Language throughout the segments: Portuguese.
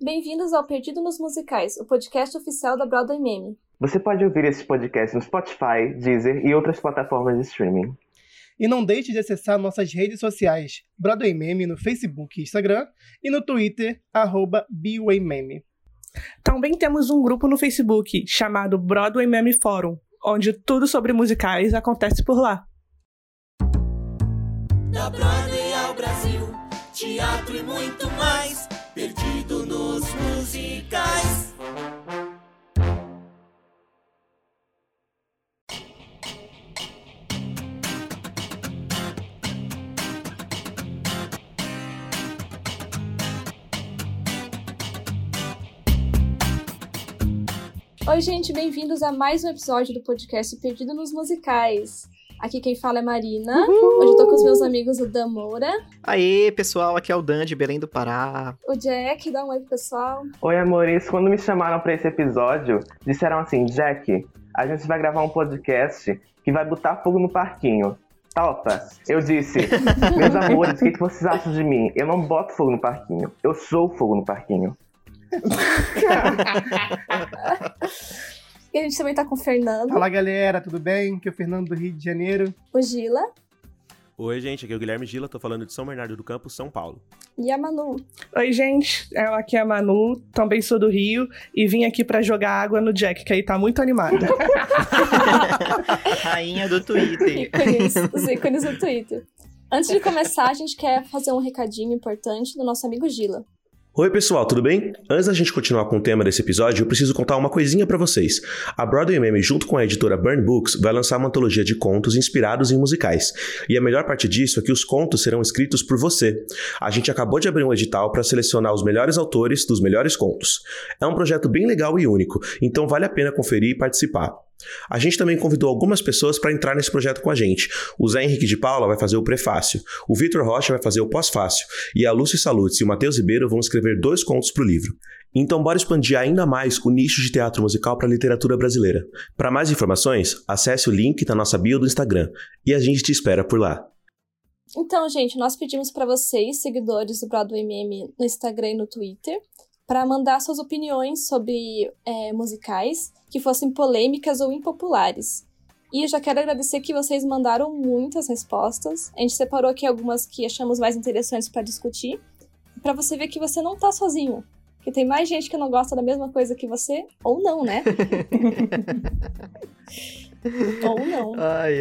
Bem-vindos ao Perdido nos Musicais, o podcast oficial da Broadway Meme. Você pode ouvir esse podcast no Spotify, Deezer e outras plataformas de streaming. E não deixe de acessar nossas redes sociais, Broadway Meme no Facebook e Instagram e no Twitter, @BWayMeme. Também temos um grupo no Facebook chamado Broadway Meme Forum, onde tudo sobre musicais acontece por lá. Da Broadway ao Brasil, teatro e muito mais, perdido nos musicais. Oi, gente, bem-vindos a mais um episódio do podcast Perdido nos Musicais. Aqui quem fala é Marina. Hoje eu tô com os meus amigos, o Dan Moura. Aê, pessoal, aqui é o Dan de Belém do Pará. O Jack, dá um oi pro pessoal. Oi, amores. Quando me chamaram pra esse episódio, disseram assim: Jack, a gente vai gravar um podcast que vai botar fogo no parquinho. Topa? Eu disse: meus amores, o que vocês acham de mim? Eu não boto fogo no parquinho. Eu sou fogo no parquinho. E a gente também tá com o Fernando. Fala, galera, tudo bem? Aqui é o Fernando do Rio de Janeiro. O Gila. Oi, gente, aqui é o Guilherme Gila, tô falando de São Bernardo do Campo, São Paulo. E a Manu. Oi, gente, aqui é a Manu, também sou do Rio e vim aqui pra jogar água no Jack, que aí tá muito animada. Rainha do Twitter. Os ícones do Twitter. Antes de começar, a gente quer fazer um recadinho importante do nosso amigo Gila. Oi pessoal, tudo bem? Antes da gente continuar com o tema desse episódio, eu preciso contar uma coisinha pra vocês. A Broadway Meme, junto com a editora Burn Books, vai lançar uma antologia de contos inspirados em musicais. E a melhor parte disso é que os contos serão escritos por você. A gente acabou de abrir um edital para selecionar os melhores autores dos melhores contos. É um projeto bem legal e único, então vale a pena conferir e participar. A gente também convidou algumas pessoas para entrar nesse projeto com a gente. O Zé Henrique de Paula vai fazer o prefácio, o Vitor Rocha vai fazer o pós-fácio, e a Lúcia Salutz e o Matheus Ribeiro vão escrever 2 contos para o livro. Então bora expandir ainda mais o nicho de teatro musical para a literatura brasileira. Para mais informações, acesse o link na nossa bio do Instagram, e a gente te espera por lá. Então, gente, nós pedimos para vocês, seguidores do Broadway Meme no Instagram e no Twitter, para mandar suas opiniões sobre musicais que fossem polêmicas ou impopulares. E eu já quero agradecer que vocês mandaram muitas respostas. A gente separou aqui algumas que achamos mais interessantes para discutir, para você ver que você não tá sozinho, que tem mais gente que não gosta da mesma coisa que você, ou não, né? Ou não. Ai.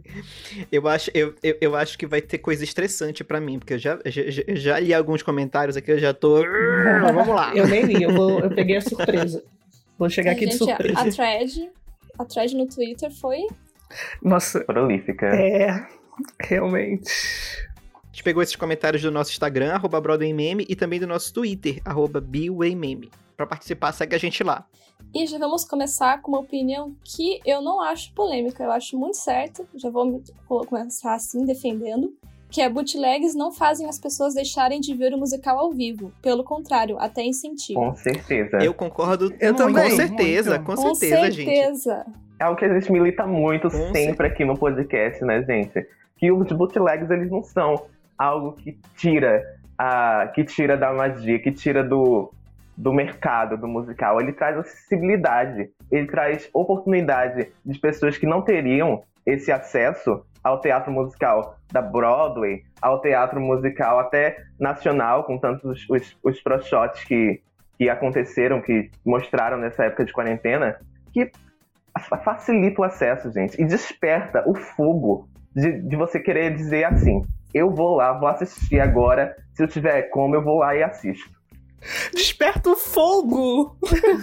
Eu acho que vai ter coisa estressante pra mim, porque eu já li alguns comentários aqui, eu já tô... Vamos lá. Eu nem li, eu peguei a surpresa. Vou chegar aqui de surpresa. A thread no Twitter foi... Nossa. Prolífica. Realmente. A gente pegou esses comentários do nosso Instagram, @BroadwayMeme, e também do nosso Twitter, @BWayMeme. Pra participar, segue a gente lá. E já vamos começar com uma opinião que eu não acho polêmica, eu acho muito certa. Já vou começar assim, defendendo. Que bootlegs não fazem as pessoas deixarem de ver o musical ao vivo. Pelo contrário, até incentivam. Com certeza. Eu concordo. Eu também. Com certeza, Com certeza, gente. É algo que a gente milita muito Com sempre aqui no podcast, né, gente? Que os bootlegs, eles não são algo que tira da magia, que tira do mercado, do musical. Ele traz acessibilidade, ele traz oportunidade de pessoas que não teriam esse acesso ao teatro musical da Broadway, ao teatro musical até nacional, com tantos os pro-shots que aconteceram, que mostraram nessa época de quarentena, que facilita o acesso, gente, e desperta o fogo de você querer dizer assim: eu vou lá, vou assistir agora, se eu tiver como, eu vou lá e assisto. Desperta o fogo!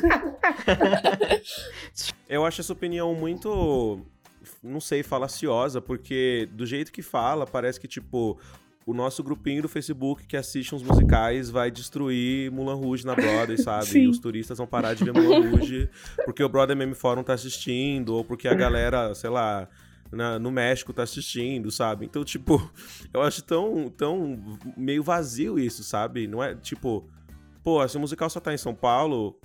Eu acho essa opinião muito, não sei, falaciosa, porque do jeito que fala, parece que, tipo, o nosso grupinho do Facebook que assiste uns musicais vai destruir Moulin Rouge na Broadway, sabe? Sim. E os turistas vão parar de ver Moulin Rouge porque o Broadway Meme Forum tá assistindo, ou porque a galera, sei lá, no México tá assistindo, sabe? Então, tipo, eu acho tão meio vazio isso, sabe? Não é, tipo... Pô, se o musical só tá em São Paulo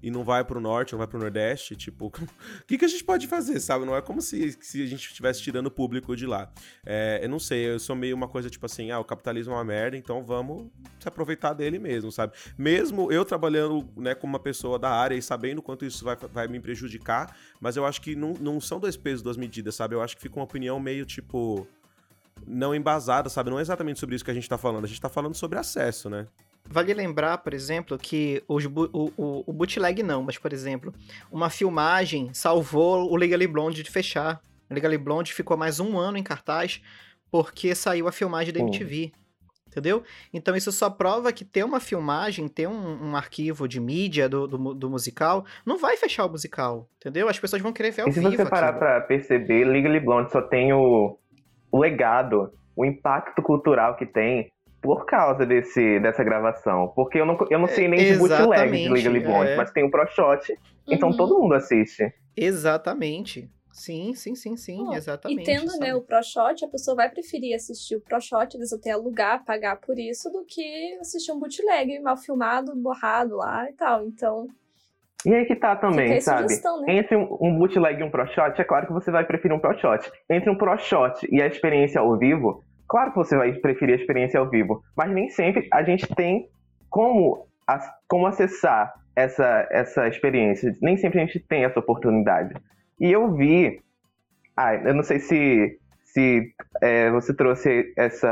e não vai pro norte, não vai pro nordeste, tipo, o que a gente pode fazer, sabe? Não é como se a gente estivesse tirando o público de lá. Eu não sei, eu sou meio uma coisa tipo assim, o capitalismo é uma merda, então vamos se aproveitar dele mesmo, sabe? Mesmo eu trabalhando, né, como uma pessoa da área e sabendo quanto isso vai me prejudicar, mas eu acho que não são dois pesos, duas medidas, sabe? Eu acho que fica uma opinião meio, tipo, não embasada, sabe? Não é exatamente sobre isso que a gente tá falando, a gente tá falando sobre acesso, né? Vale lembrar, por exemplo, que o bootleg não, mas, por exemplo, uma filmagem salvou o Legally Blonde de fechar. O Legally Blonde ficou mais 1 ano em cartaz porque saiu a filmagem da MTV, entendeu? Então isso só prova que ter uma filmagem, ter um arquivo de mídia do musical, não vai fechar o musical, entendeu? As pessoas vão querer ver ao vivo. E se você parar pra perceber, Legally Blonde só tem o legado, o impacto cultural que tem por causa dessa gravação. Porque eu não sei nem de bootleg de Legally Blonde, mas tem o ProShot, então todo mundo assiste. Exatamente. Sim, exatamente. E tendo, né, o ProShot, a pessoa vai preferir assistir o ProShot, eles até alugar, pagar por isso, do que assistir um bootleg mal filmado, borrado lá e tal. Então... E aí que tá também, sabe? Sugestão, né? Entre um bootleg e um ProShot, é claro que você vai preferir um ProShot. Entre um ProShot e a experiência ao vivo, claro que você vai preferir a experiência ao vivo, mas nem sempre a gente tem como acessar essa experiência. Nem sempre a gente tem essa oportunidade. E eu vi... eu não sei se você trouxe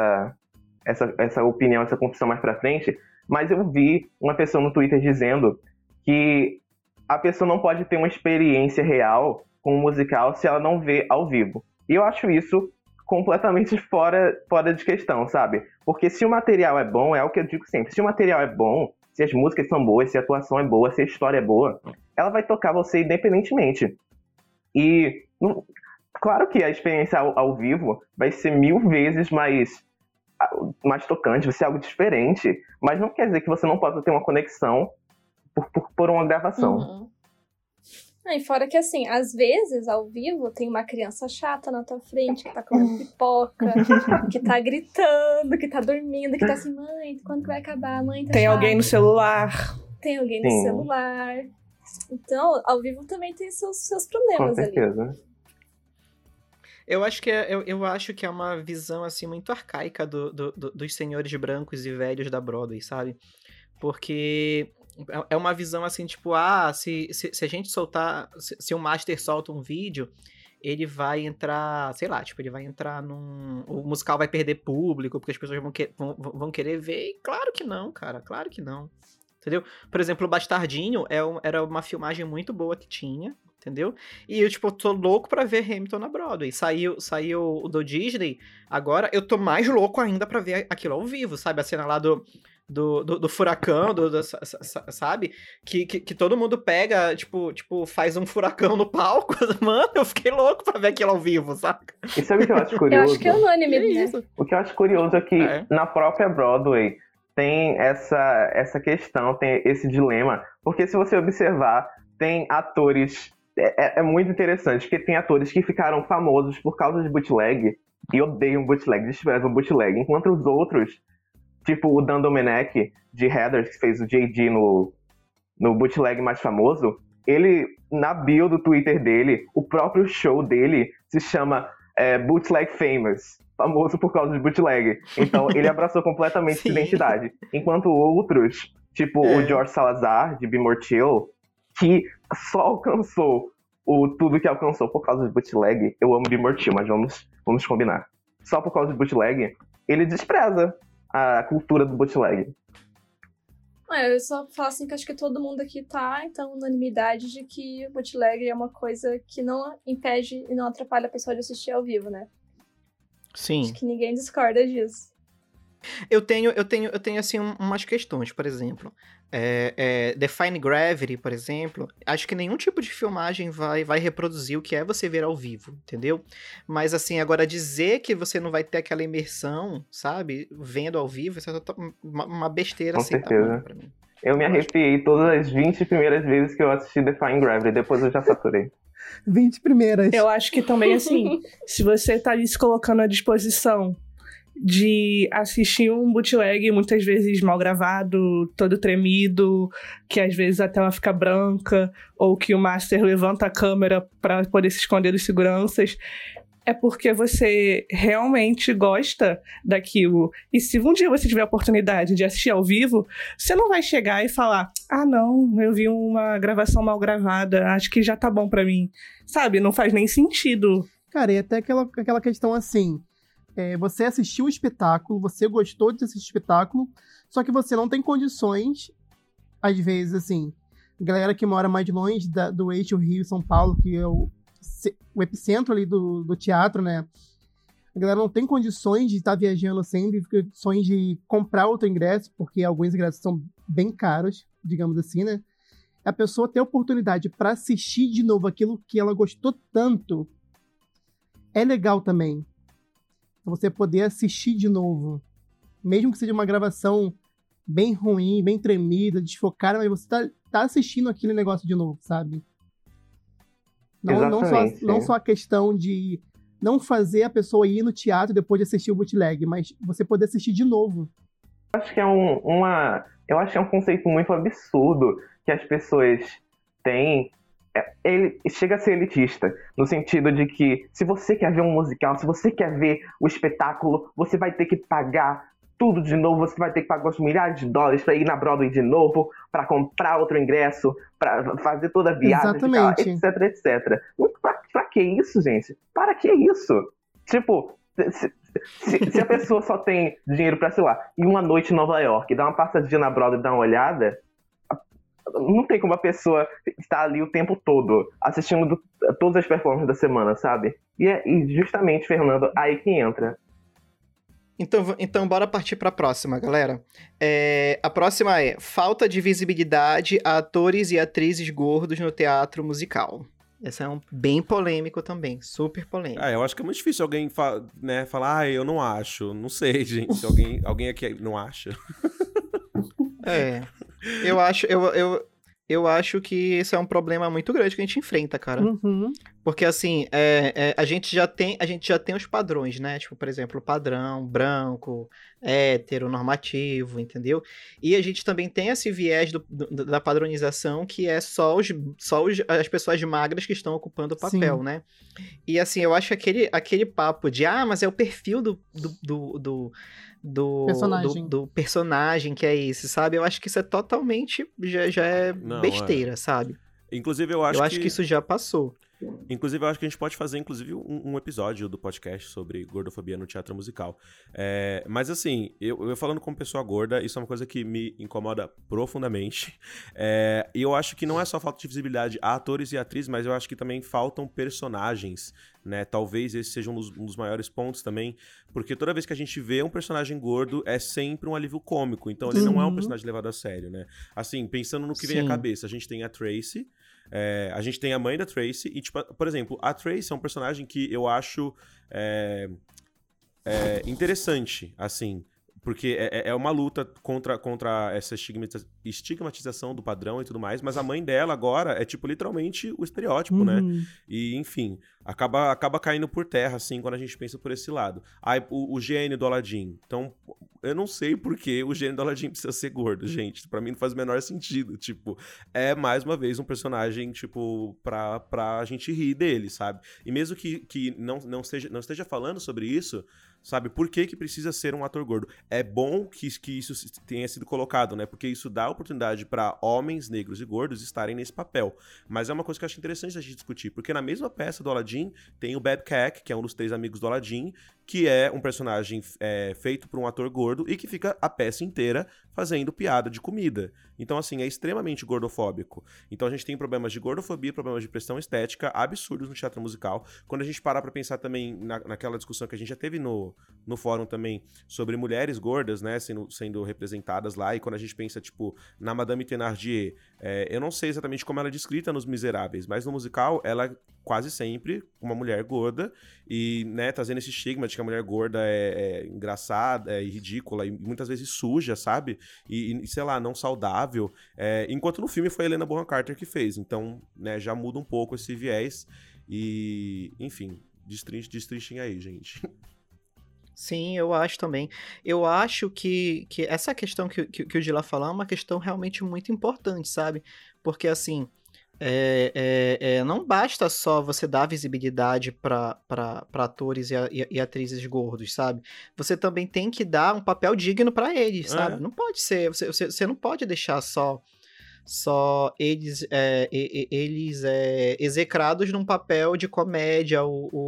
essa opinião, essa confissão mais pra frente, mas eu vi uma pessoa no Twitter dizendo que a pessoa não pode ter uma experiência real com o musical se ela não vê ao vivo. E eu acho isso completamente fora de questão, sabe? Porque se o material é bom, é o que eu digo sempre, se o material é bom, se as músicas são boas, se a atuação é boa, se a história é boa, ela vai tocar você independentemente. E claro que a experiência ao vivo vai ser 1000 vezes mais tocante, vai ser algo diferente, mas não quer dizer que você não possa ter uma conexão por uma gravação. Uhum. E fora que, assim, às vezes, ao vivo, tem uma criança chata na tua frente, que tá comendo pipoca, que tá gritando, que tá dormindo, que tá assim, mãe, quando que vai acabar? Mãe, tá Tem chato. alguém no celular. Tem alguém no celular. Então, ao vivo também tem seus problemas ali. Com certeza. Eu acho que é uma visão, assim, muito arcaica dos senhores brancos e velhos da Broadway, sabe? Porque é uma visão, assim, tipo, se a gente soltar... Se o Master solta um vídeo, ele vai entrar, sei lá, tipo, ele vai entrar o musical vai perder público, porque as pessoas vão querer ver. E claro que não, cara, claro que não. Entendeu? Por exemplo, o Bastardinho era uma filmagem muito boa que tinha, entendeu? E eu, tipo, tô louco pra ver Hamilton na Broadway. Saiu o do Disney, agora eu tô mais louco ainda pra ver aquilo ao vivo, sabe? A cena lá do furacão, sabe? Que todo mundo pega, tipo, faz um furacão no palco. Mano, eu fiquei louco pra ver aquilo ao vivo, saca? E sabe o que eu acho curioso? Eu acho que é unânime, né? O que eu acho curioso é que na própria Broadway tem essa questão, tem esse dilema. Porque se você observar, tem atores... É muito interessante, porque tem atores que ficaram famosos por causa de bootleg e odeiam bootleg, desprezam bootleg, enquanto os outros, tipo o Dan Domenech, de Heathers, que fez o JD no bootleg mais famoso, ele, na bio do Twitter dele, o próprio show dele se chama Bootleg Famous, famoso por causa de bootleg. Então ele abraçou completamente essa identidade. Enquanto outros, tipo o George Salazar, de Be More Chill, que só alcançou tudo que alcançou por causa de bootleg. Eu amo Be More Chill, mas vamos combinar. Só por causa de bootleg, ele despreza a cultura do bootleg. Eu só falo assim que acho que todo mundo aqui tá, então, unanimidade de que o bootleg é uma coisa que não impede e não atrapalha a pessoa de assistir ao vivo, né? Sim. Acho que ninguém discorda disso. Eu tenho assim, umas questões, por exemplo. Define Gravity, por exemplo, acho que nenhum tipo de filmagem vai reproduzir o que é você ver ao vivo, entendeu? Mas, assim, agora dizer que você não vai ter aquela imersão, sabe? Vendo ao vivo, isso é uma besteira Com sem certeza. tamanho pra mim. Eu me arrepiei todas as 20 primeiras vezes que eu assisti Define Gravity, depois eu já saturei. 20 primeiras. Eu acho que também, assim, se você tá ali se colocando à disposição de assistir um bootleg muitas vezes mal gravado, todo tremido, que às vezes a tela fica branca, ou que o master levanta a câmera para poder se esconder dos seguranças, é porque você realmente gosta daquilo. E se um dia você tiver a oportunidade de assistir ao vivo, você não vai chegar e falar: ah, não, eu vi uma gravação mal gravada, acho que já tá bom pra mim. Sabe? Não faz nem sentido. Cara, e até aquela questão assim, você assistiu o espetáculo, você gostou de assistir o espetáculo, só que você não tem condições, às vezes, assim, galera que mora mais longe do eixo Rio-São Paulo, que é o epicentro ali do teatro, né? A galera não tem condições de estar viajando sempre, condições de comprar outro ingresso, porque alguns ingressos são bem caros, digamos assim, né? A pessoa ter a oportunidade para assistir de novo aquilo que ela gostou tanto é legal também. Você poder assistir de novo. Mesmo que seja uma gravação bem ruim, bem tremida, desfocada, mas você tá assistindo aquele negócio de novo, sabe? Não só a questão de não fazer a pessoa ir no teatro depois de assistir o bootleg, mas você poder assistir de novo. Acho que eu acho que é um conceito muito absurdo que as pessoas têm. Ele chega a ser elitista, no sentido de que se você quer ver um musical, se você quer ver o espetáculo, você vai ter que pagar tudo de novo, você vai ter que pagar os milhares de dólares para ir na Broadway de novo, para comprar outro ingresso, para fazer toda a viagem, exatamente, etc, etc. Pra que isso, gente? Para que isso? Tipo, se a pessoa só tem dinheiro pra, sei lá, ir uma noite em Nova York, dar uma passadinha na Broadway e dar uma olhada, não tem como a pessoa estar ali o tempo todo, assistindo todas as performances da semana, sabe? E justamente, Fernando, aí que entra. Então bora partir pra próxima, galera. A próxima é falta de visibilidade a atores e atrizes gordos no teatro musical. Essa é bem polêmico também, super polêmico. Eu acho que é muito difícil alguém falar, eu não acho. Não sei, gente, se alguém aqui não acha. Eu acho que esse é um problema muito grande que a gente enfrenta, cara. Uhum. Porque, assim, a gente já tem os padrões, né? Tipo, por exemplo, o padrão branco, hétero, normativo, entendeu? E a gente também tem esse viés da padronização, que é só as pessoas magras que estão ocupando o papel, sim, né? E, assim, eu acho que aquele papo de, mas é o perfil do personagem que é esse, sabe? Eu acho que isso é totalmente, já é besteira, sabe? Inclusive, eu acho que isso já passou. Inclusive, eu acho que a gente pode fazer, um episódio do podcast sobre gordofobia no teatro musical. Mas, assim, eu falando como pessoa gorda, isso é uma coisa que me incomoda profundamente. E eu acho que não é só falta de visibilidade a atores e atrizes, mas eu acho que também faltam personagens, né? Talvez esse seja um dos maiores pontos também, porque toda vez que a gente vê um personagem gordo, é sempre um alívio cômico. Então, ele não é um personagem levado a sério, né? Assim, pensando no que vem à cabeça, a gente tem a Tracy... a gente tem a mãe da Tracy e, tipo, por exemplo, a Tracy é um personagem que eu acho interessante, assim, porque é uma luta contra essa estigmatização do padrão e tudo mais, mas a mãe dela agora é, tipo, literalmente o estereótipo, né? E, enfim, acaba caindo por terra, assim, quando a gente pensa por esse lado. O gênio do Aladdin. Então, eu não sei por que o gênio do Aladdin precisa ser gordo, gente. Pra mim não faz o menor sentido. Tipo, mais uma vez, um personagem, tipo, pra gente rir dele, sabe? E mesmo que não esteja falando sobre isso, sabe? Por que precisa ser um ator gordo? É bom que isso tenha sido colocado, né? Porque isso dá oportunidade para homens negros e gordos estarem nesse papel. Mas é uma coisa que eu acho interessante a gente discutir, porque na mesma peça do Aladdin tem o Babcock, que é um dos 3 amigos do Aladdin, que é um personagem feito por um ator gordo e que fica a peça inteira fazendo piada de comida. Então, assim, é extremamente gordofóbico. Então a gente tem problemas de gordofobia, problemas de pressão estética absurdos no teatro musical. Quando a gente parar pra pensar também naquela discussão que a gente já teve no fórum também sobre mulheres gordas, né, sendo representadas lá, e quando a gente pensa, tipo, na Madame Thénardier, eu não sei exatamente como ela é descrita nos Miseráveis, mas no musical ela é quase sempre uma mulher gorda e, né, trazendo esse estigma de que a mulher gorda é engraçada, é ridícula e muitas vezes suja, sabe? E sei lá, não saudável. Enquanto no filme foi a Helena Bonham Carter que fez. Então, né, já muda um pouco esse viés e, enfim, destrinchem aí, gente. Sim, eu acho também. Eu acho que essa questão que o Dila falou é uma questão realmente muito importante, sabe? Porque, assim, não basta só você dar visibilidade para atores e atrizes gordos, sabe? Você também tem que dar um papel digno para eles, sabe? Não pode ser... Você não pode deixar só eles execrados num papel de comédia,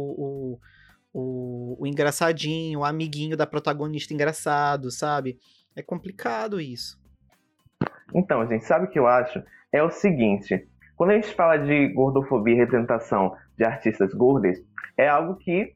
o engraçadinho, o amiguinho da protagonista engraçado, sabe? É complicado isso. Então, gente, sabe o que eu acho? É o seguinte, quando a gente fala de gordofobia e representação de artistas gordas, é algo que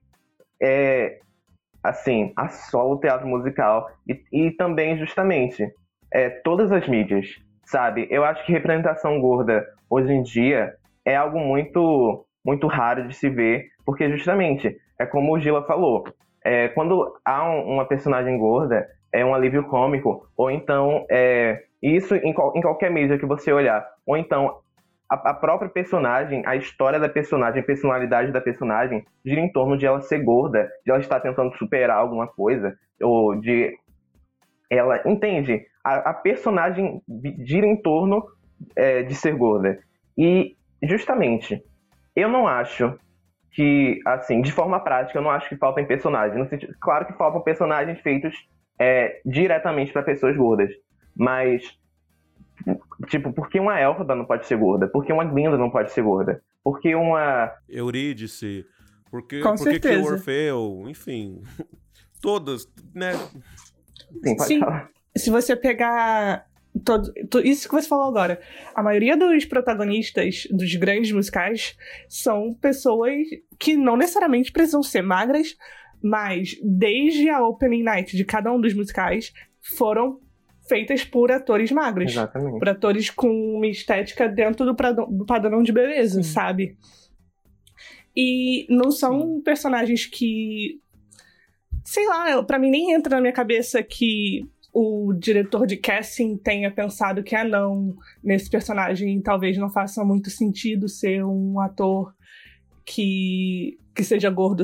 assim, assola o teatro musical e também, justamente, todas as mídias, sabe? Eu acho que representação gorda, hoje em dia, é algo muito, muito raro de se ver, porque, justamente, é como o Gila falou, quando há uma personagem gorda, é um alívio cômico, ou então, isso em qualquer mídia que você olhar, ou então, a própria personagem, a história da personagem, a personalidade da personagem, gira em torno de ela ser gorda, de ela estar tentando superar alguma coisa, ou de ela, entende? A personagem gira em torno de ser gorda. E, justamente, eu não acho que, assim, de forma prática, eu não acho que faltam personagens. No sentido, claro que faltam personagens feitos diretamente para pessoas gordas. Mas, tipo, por que uma Elfaba não pode ser gorda? Por que uma Glinda não pode ser gorda? Por que uma... Eurídice? Por que certeza. o Orfeu? Enfim, todas, né? Sim, pode falar. Se você pegar isso que você falou agora, a maioria dos protagonistas dos grandes musicais são pessoas que não necessariamente precisam ser magras, mas desde a opening night de cada um dos musicais foram feitas por atores magros. Exatamente. Por atores com uma estética dentro do padrão de beleza, sabe? E não são personagens que... Sei lá, pra mim nem entra na minha cabeça que o diretor de casting tenha pensado que, não, nesse personagem talvez não faça muito sentido ser um ator que seja gordo.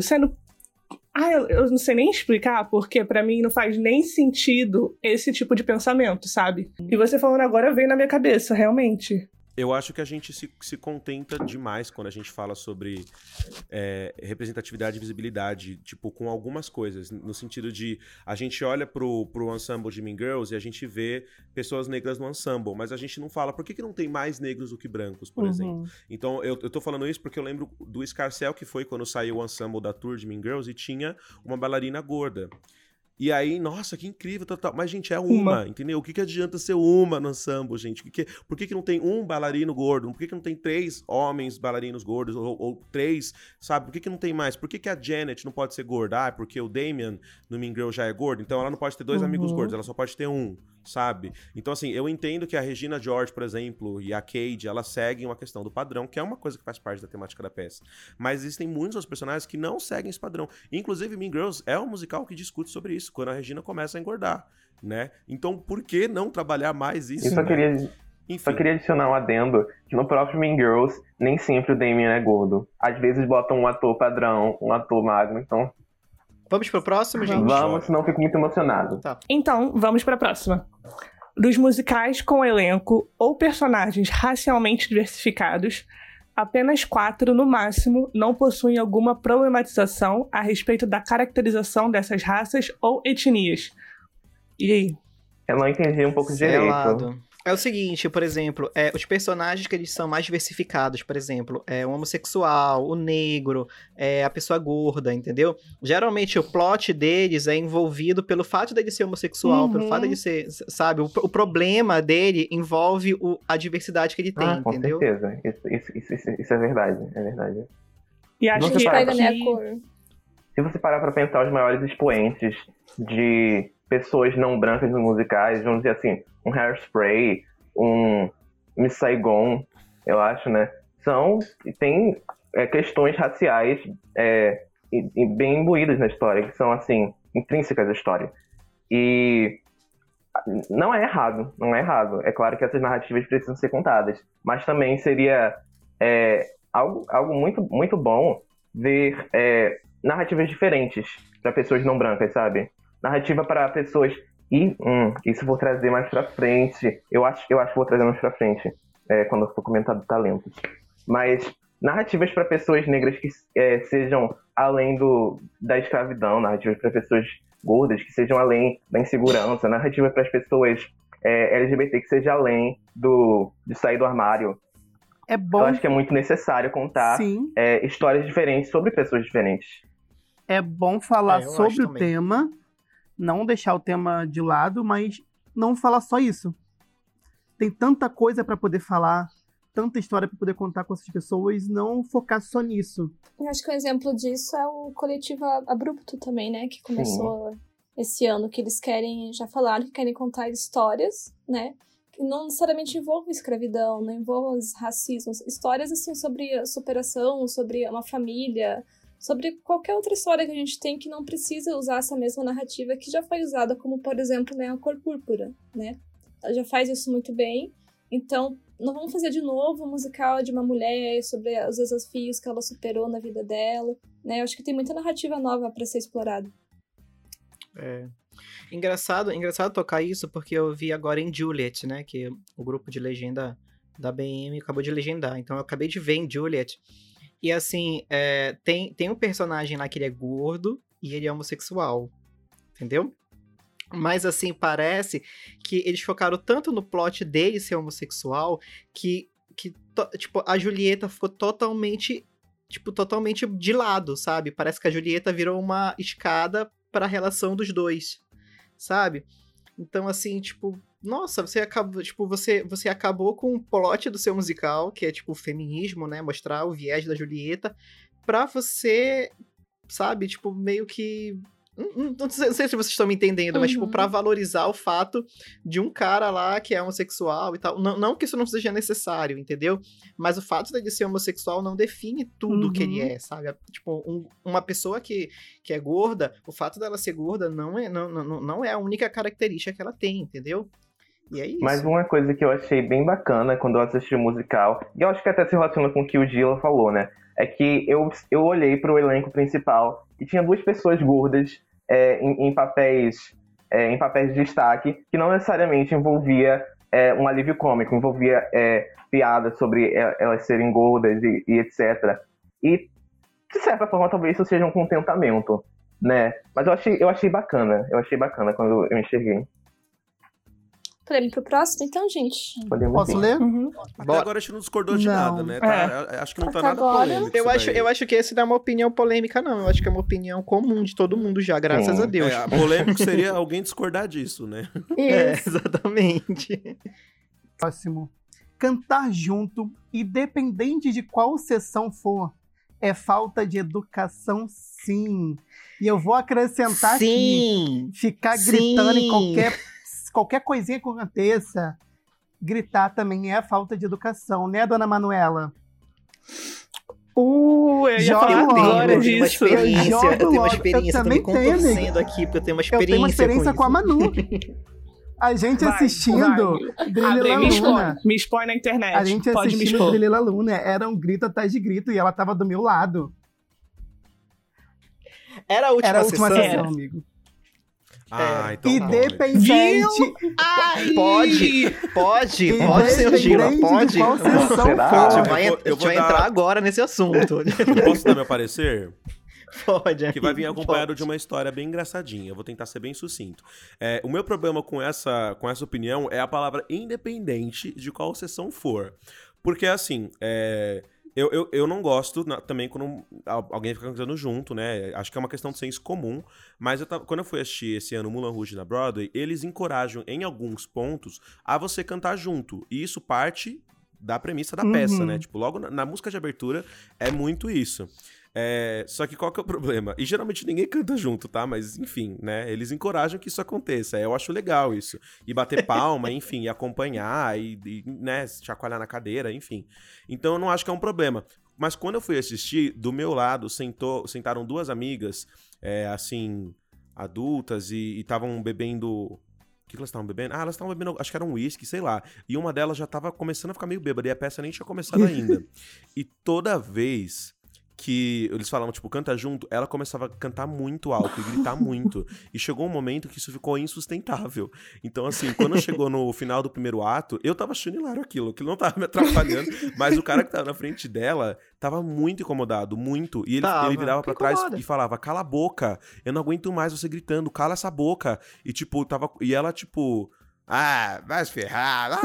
Eu não sei nem explicar, porque pra mim não faz nem sentido esse tipo de pensamento, sabe? E você falando agora veio na minha cabeça, realmente. Eu acho que a gente se contenta demais quando a gente fala sobre representatividade e visibilidade, tipo, com algumas coisas, no sentido de a gente olha pro ensemble de Mean Girls e a gente vê pessoas negras no ensemble, mas a gente não fala por que não tem mais negros do que brancos, por exemplo. Então, eu tô falando isso porque eu lembro do Escarcel, que foi quando saiu o ensemble da tour de Mean Girls e tinha uma bailarina gorda. E aí, nossa, que incrível, tal. Mas, gente, é uma, entendeu? O que adianta ser uma no ensemble, gente? Por que não tem um bailarino gordo? Por que não tem 3 homens bailarinos gordos? Ou 3, sabe? Por que não tem mais? Por que a Janet não pode ser gorda? Porque o Damien no Mean Girl já é gordo? Então ela não pode ter 2 amigos gordos, ela só pode ter um, sabe? Então, assim, eu entendo que a Regina George, por exemplo, e a Cade, elas seguem uma questão do padrão, que é uma coisa que faz parte da temática da peça. Mas existem muitos outros personagens que não seguem esse padrão. Inclusive, Mean Girls é um musical que discute sobre isso, quando a Regina começa a engordar, né? Então, por que não trabalhar mais isso? Eu só queria adicionar um adendo, que no próprio Mean Girls, nem sempre o Damien é gordo. Às vezes botam um ator padrão, um ator magro, então... Vamos pro próximo, gente? Vamos, senão eu fico muito emocionado. Tá. Então, vamos pra próxima. Dos musicais com elenco ou personagens racialmente diversificados, apenas 4, no máximo, não possuem alguma problematização a respeito da caracterização dessas raças ou etnias. E aí? Eu não entendi um pouco direito. É o seguinte, por exemplo, os personagens que eles são mais diversificados, por exemplo, o homossexual, o negro, a pessoa gorda, entendeu? Geralmente o plot deles é envolvido pelo fato dele ser homossexual, pelo fato dele ser, sabe? O problema dele envolve a diversidade que ele tem, entendeu? Com certeza, isso é verdade, E acho que se você parar pra pensar os maiores expoentes de pessoas não brancas nos musicais, vamos dizer assim, um Hairspray, um Miss Saigon, eu acho, né? Tem questões raciais e bem imbuídas na história, que são, assim, intrínsecas à história. E não é errado. É claro que essas narrativas precisam ser contadas, mas também seria algo muito, muito bom ver narrativas diferentes para pessoas não brancas, sabe? Narrativa para pessoas... isso eu vou trazer mais pra frente. Eu acho que vou trazer mais pra frente, quando eu for comentar do talentos. Mas narrativas para pessoas negras que sejam além da escravidão, narrativas para pessoas gordas que sejam além da insegurança, narrativa para as pessoas LGBT que seja além de sair do armário. É bom. Eu acho que é muito necessário contar histórias diferentes sobre pessoas diferentes. É bom falar eu sobre acho o também. tema, não deixar o tema de lado, mas não falar só isso. Tem tanta coisa para poder falar, tanta história para poder contar com essas pessoas, não focar só nisso. Eu acho que um exemplo disso é o coletivo Abrupto também, né? Que começou esse ano, que eles já falaram que querem contar histórias, né? Que não necessariamente envolvam escravidão, não envolvam racismo. Histórias, assim, sobre a superação, sobre uma família, sobre qualquer outra história que a gente tem que não precisa usar essa mesma narrativa que já foi usada, como, por exemplo, né, a Cor Púrpura, né? Ela já faz isso muito bem. Então, não vamos fazer de novo um musical de uma mulher sobre os desafios que ela superou na vida dela, né? Eu acho que tem muita narrativa nova para ser explorada. Engraçado tocar isso, porque eu vi agora em Juliet, né? Que o grupo de legenda da BM acabou de legendar. Então eu acabei de ver em Juliet. E assim, tem um personagem lá que ele é gordo e ele é homossexual. Entendeu? Mas assim, parece que eles focaram tanto no plot dele ser homossexual que tipo, a Julieta ficou totalmente de lado, sabe? Parece que a Julieta virou uma escada para a relação dos dois, sabe? Então, assim, tipo, nossa, você acabou com o plot do seu musical, que é, tipo, o feminismo, né? Mostrar o viés da Julieta, pra você, sabe? Tipo, meio que... Não sei se vocês estão me entendendo, mas, tipo, pra valorizar o fato de um cara lá que é homossexual e tal. Não que isso não seja necessário, entendeu? Mas o fato dele ser homossexual não define tudo que ele é, sabe? Tipo, uma pessoa que é gorda, o fato dela ser gorda não é a única característica que ela tem, entendeu? E é isso. Mas uma coisa que eu achei bem bacana quando eu assisti o musical, e eu acho que até se relaciona com o que o Gila falou, né? É que eu olhei pro elenco principal e tinha 2 pessoas gordas em papéis de destaque, que não necessariamente envolvia um alívio cômico, envolvia piadas sobre elas serem gordas e etc. E, de certa forma, talvez isso seja um contentamento, né? Mas eu achei bacana quando eu enxerguei. Podemos ir pro próximo, então, gente? Posso ler? Até agora a gente não discordou de nada, né? Acho que não tá Até nada agora. polêmico. Eu acho que esse não é uma opinião polêmica, não. Eu acho que é uma opinião comum de todo mundo já, graças a Deus. Polêmico seria alguém discordar disso, né? Exatamente. Próximo. Cantar junto, independente de qual sessão for, é falta de educação, sim. E eu vou acrescentar aqui, ficar gritando em qualquer coisinha que aconteça, gritar também é falta de educação, né, dona Manuela? Eu ia falar agora disso. Eu tenho uma experiência, eu tô me contorcendo aqui, porque eu tenho uma experiência. Eu tenho uma experiência com a Manu. A gente assistindo Brilha Luna. Me expõe na internet. A gente assistindo Brilha Luna, era um grito atrás de grito e ela tava do meu lado. Era a última sessão, amigo. Então independente. Pode, senhor Gila, pode. A gente vai entrar agora nesse assunto. Eu posso dar meu parecer? Pode. Que vai vir acompanhado de uma história bem engraçadinha. Eu vou tentar ser bem sucinto. O meu problema com essa opinião é a palavra independente de qual sessão for. Porque, assim, eu não gosto também quando alguém fica cantando junto, né? Acho que é uma questão de senso comum. Mas quando eu fui assistir esse ano Moulin Rouge na Broadway, eles encorajam, em alguns pontos, a você cantar junto. E isso parte da premissa da peça, né? Tipo, logo na música de abertura é muito isso. Só que qual que é o problema? E geralmente ninguém canta junto, tá? Mas, enfim, né? Eles encorajam que isso aconteça. Eu acho legal isso. E bater palma, enfim, e acompanhar, e né, chacoalhar na cadeira, enfim. Então eu não acho que é um problema. Mas quando eu fui assistir, do meu lado sentaram 2 amigas, assim, adultas, e estavam bebendo... O que elas estavam bebendo? Elas estavam bebendo, acho que era um whisky, sei lá. E uma delas já tava começando a ficar meio bêbada, e a peça nem tinha começado ainda. E toda vez que eles falavam, tipo, canta junto, ela começava a cantar muito alto e gritar muito. E chegou um momento que isso ficou insustentável. Então, assim, quando chegou no final do primeiro ato, eu tava achando hilário aquilo não tava me atrapalhando, mas o cara que tava na frente dela tava muito incomodado, muito. E ele virava pra trás e falava, cala a boca, eu não aguento mais você gritando, cala essa boca. E, tipo, e ela, tipo... vai se ferrar,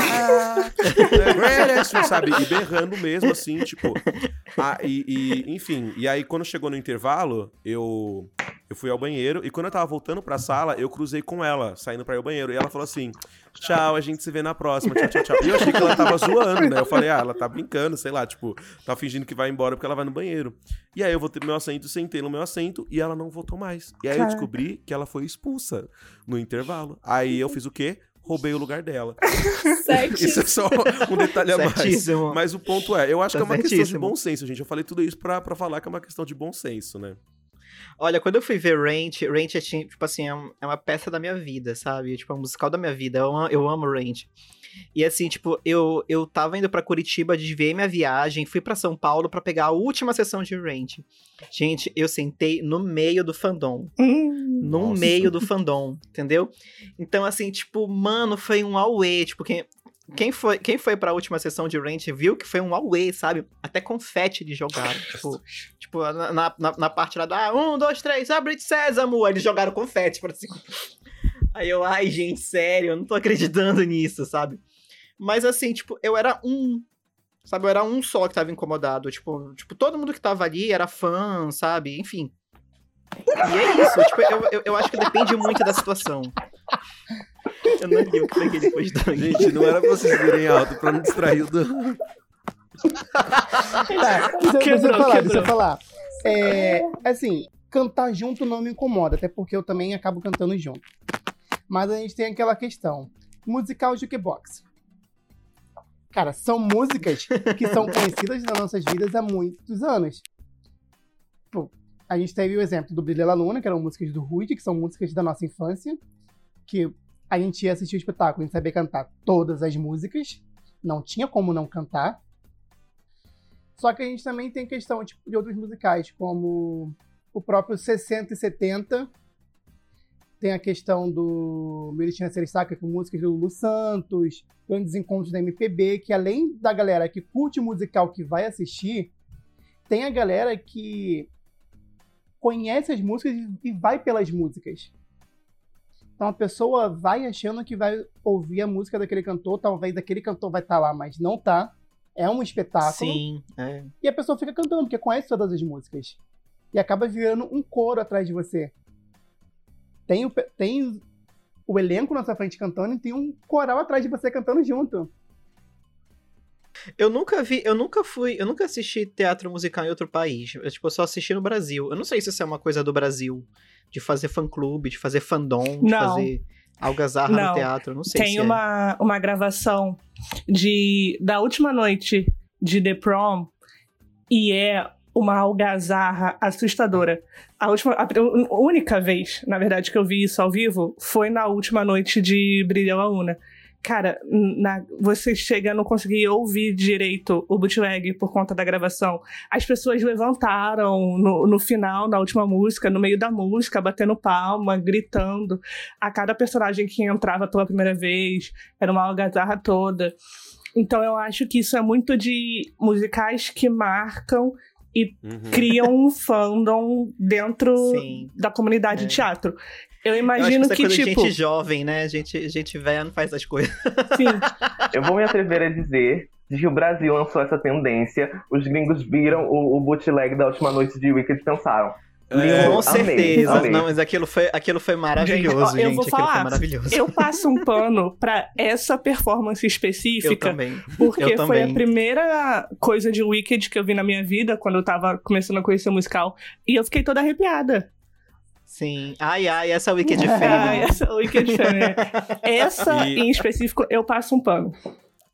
sabe? E berrando mesmo, assim, tipo... enfim, e aí quando chegou no intervalo, eu fui ao banheiro, e quando eu tava voltando pra sala, eu cruzei com ela, saindo pra ir ao banheiro, e ela falou assim, tchau, a gente se vê na próxima, tchau, tchau, tchau. E eu achei que ela tava zoando, né? Eu falei, ela tá brincando, sei lá, tipo, tá fingindo que vai embora porque ela vai no banheiro. E aí eu voltei pro meu assento, sentei no meu assento, e ela não voltou mais. E aí eu descobri que ela foi expulsa no intervalo. Aí eu fiz o quê? Roubei o lugar dela. Isso é só um detalhe a mais. Mas o ponto é, eu acho que é uma questão de bom senso, gente. Eu falei tudo isso pra falar que é uma questão de bom senso, né? Olha, quando eu fui ver Ranch é, tipo assim, é uma peça da minha vida, sabe? Tipo, é um musical da minha vida. Eu amo Ranch. E assim, tipo, eu tava indo pra Curitiba, desviei minha viagem, fui pra São Paulo pra pegar a última sessão de Ranch. Gente, eu sentei no meio do fandom. No meio do fandom, entendeu? Então, assim, tipo, mano, foi um auê. Tipo, quem foi pra última sessão de Ranch viu que foi um auê, sabe? Até confete eles jogaram. tipo na parte lá da 1, 2, 3, abre de sésamo. Eles jogaram confete pra cima. Aí eu, ai, gente, sério, eu não tô acreditando nisso, sabe? Mas assim, tipo, eu era sabe? Eu era um só que tava incomodado. Tipo, todo mundo que tava ali era fã, sabe? Enfim. E é isso, tipo, eu acho que depende muito da situação. Eu não li o que peguei depois do... Gente, não era pra vocês virem alto, pra não distrair o... Deixa eu falar. Assim, cantar junto não me incomoda, até porque eu também acabo cantando junto. Mas a gente tem aquela questão. Musical jukebox. Cara, são músicas que são conhecidas nas nossas vidas há muitos anos. Pô, a gente teve o exemplo do Brilha La Luna, que eram músicas do Rude, que são músicas da nossa infância, que a gente ia assistir o espetáculo, a gente sabia cantar todas as músicas, não tinha como não cantar. Só que a gente também tem questão tipo, de outros musicais, como o próprio 60 e 70, tem a questão do Meritina Serestaca, com músicas do Lulu Santos, grandes encontros da MPB, que além da galera que curte musical que vai assistir, tem a galera que conhece as músicas e vai pelas músicas. Então a pessoa vai achando que vai ouvir a música daquele cantor, talvez aquele cantor vai estar lá, mas não tá. É um espetáculo. Sim, é. E a pessoa fica cantando, porque conhece todas as músicas. E acaba virando um coro atrás de você. Tem o elenco na sua frente cantando e tem um coral atrás de você cantando junto. Eu nunca assisti teatro musical em outro país. Eu só assisti no Brasil. Eu não sei se isso é uma coisa do Brasil, de fazer fã-clube, de fazer fandom, de fazer algazarra no teatro. Não sei tem se uma gravação da última noite de The Prom e é uma algazarra assustadora. A única vez, na verdade, que eu vi isso ao vivo foi na última noite de Brilha La Luna. Cara, você chega a não conseguir ouvir direito o bootleg por conta da gravação. As pessoas levantaram no final, na última música, no meio da música, batendo palma, gritando. A cada personagem que entrava pela primeira vez, era uma algazarra toda. Então eu acho que isso é muito de musicais que marcam e criam um fandom dentro da comunidade de teatro. Eu imagino que tipo... gente jovem, né? Gente velha não faz essas coisas. Sim. Eu vou me atrever a dizer que o Brasil lançou essa tendência, os gringos viram o bootleg da última noite de Wicked e pensaram... Com certeza. Amei. Não, mas aquilo foi maravilhoso, gente. Eu vou falar, foi maravilhoso. Eu passo um pano pra essa performance específica. Eu também. Porque foi a primeira coisa de Wicked que eu vi na minha vida, quando eu tava começando a conhecer musical. E eu fiquei toda arrepiada. Sim. Ai, essa Wicked Family. Essa Wicked Family. Essa, em específico, eu passo um pano.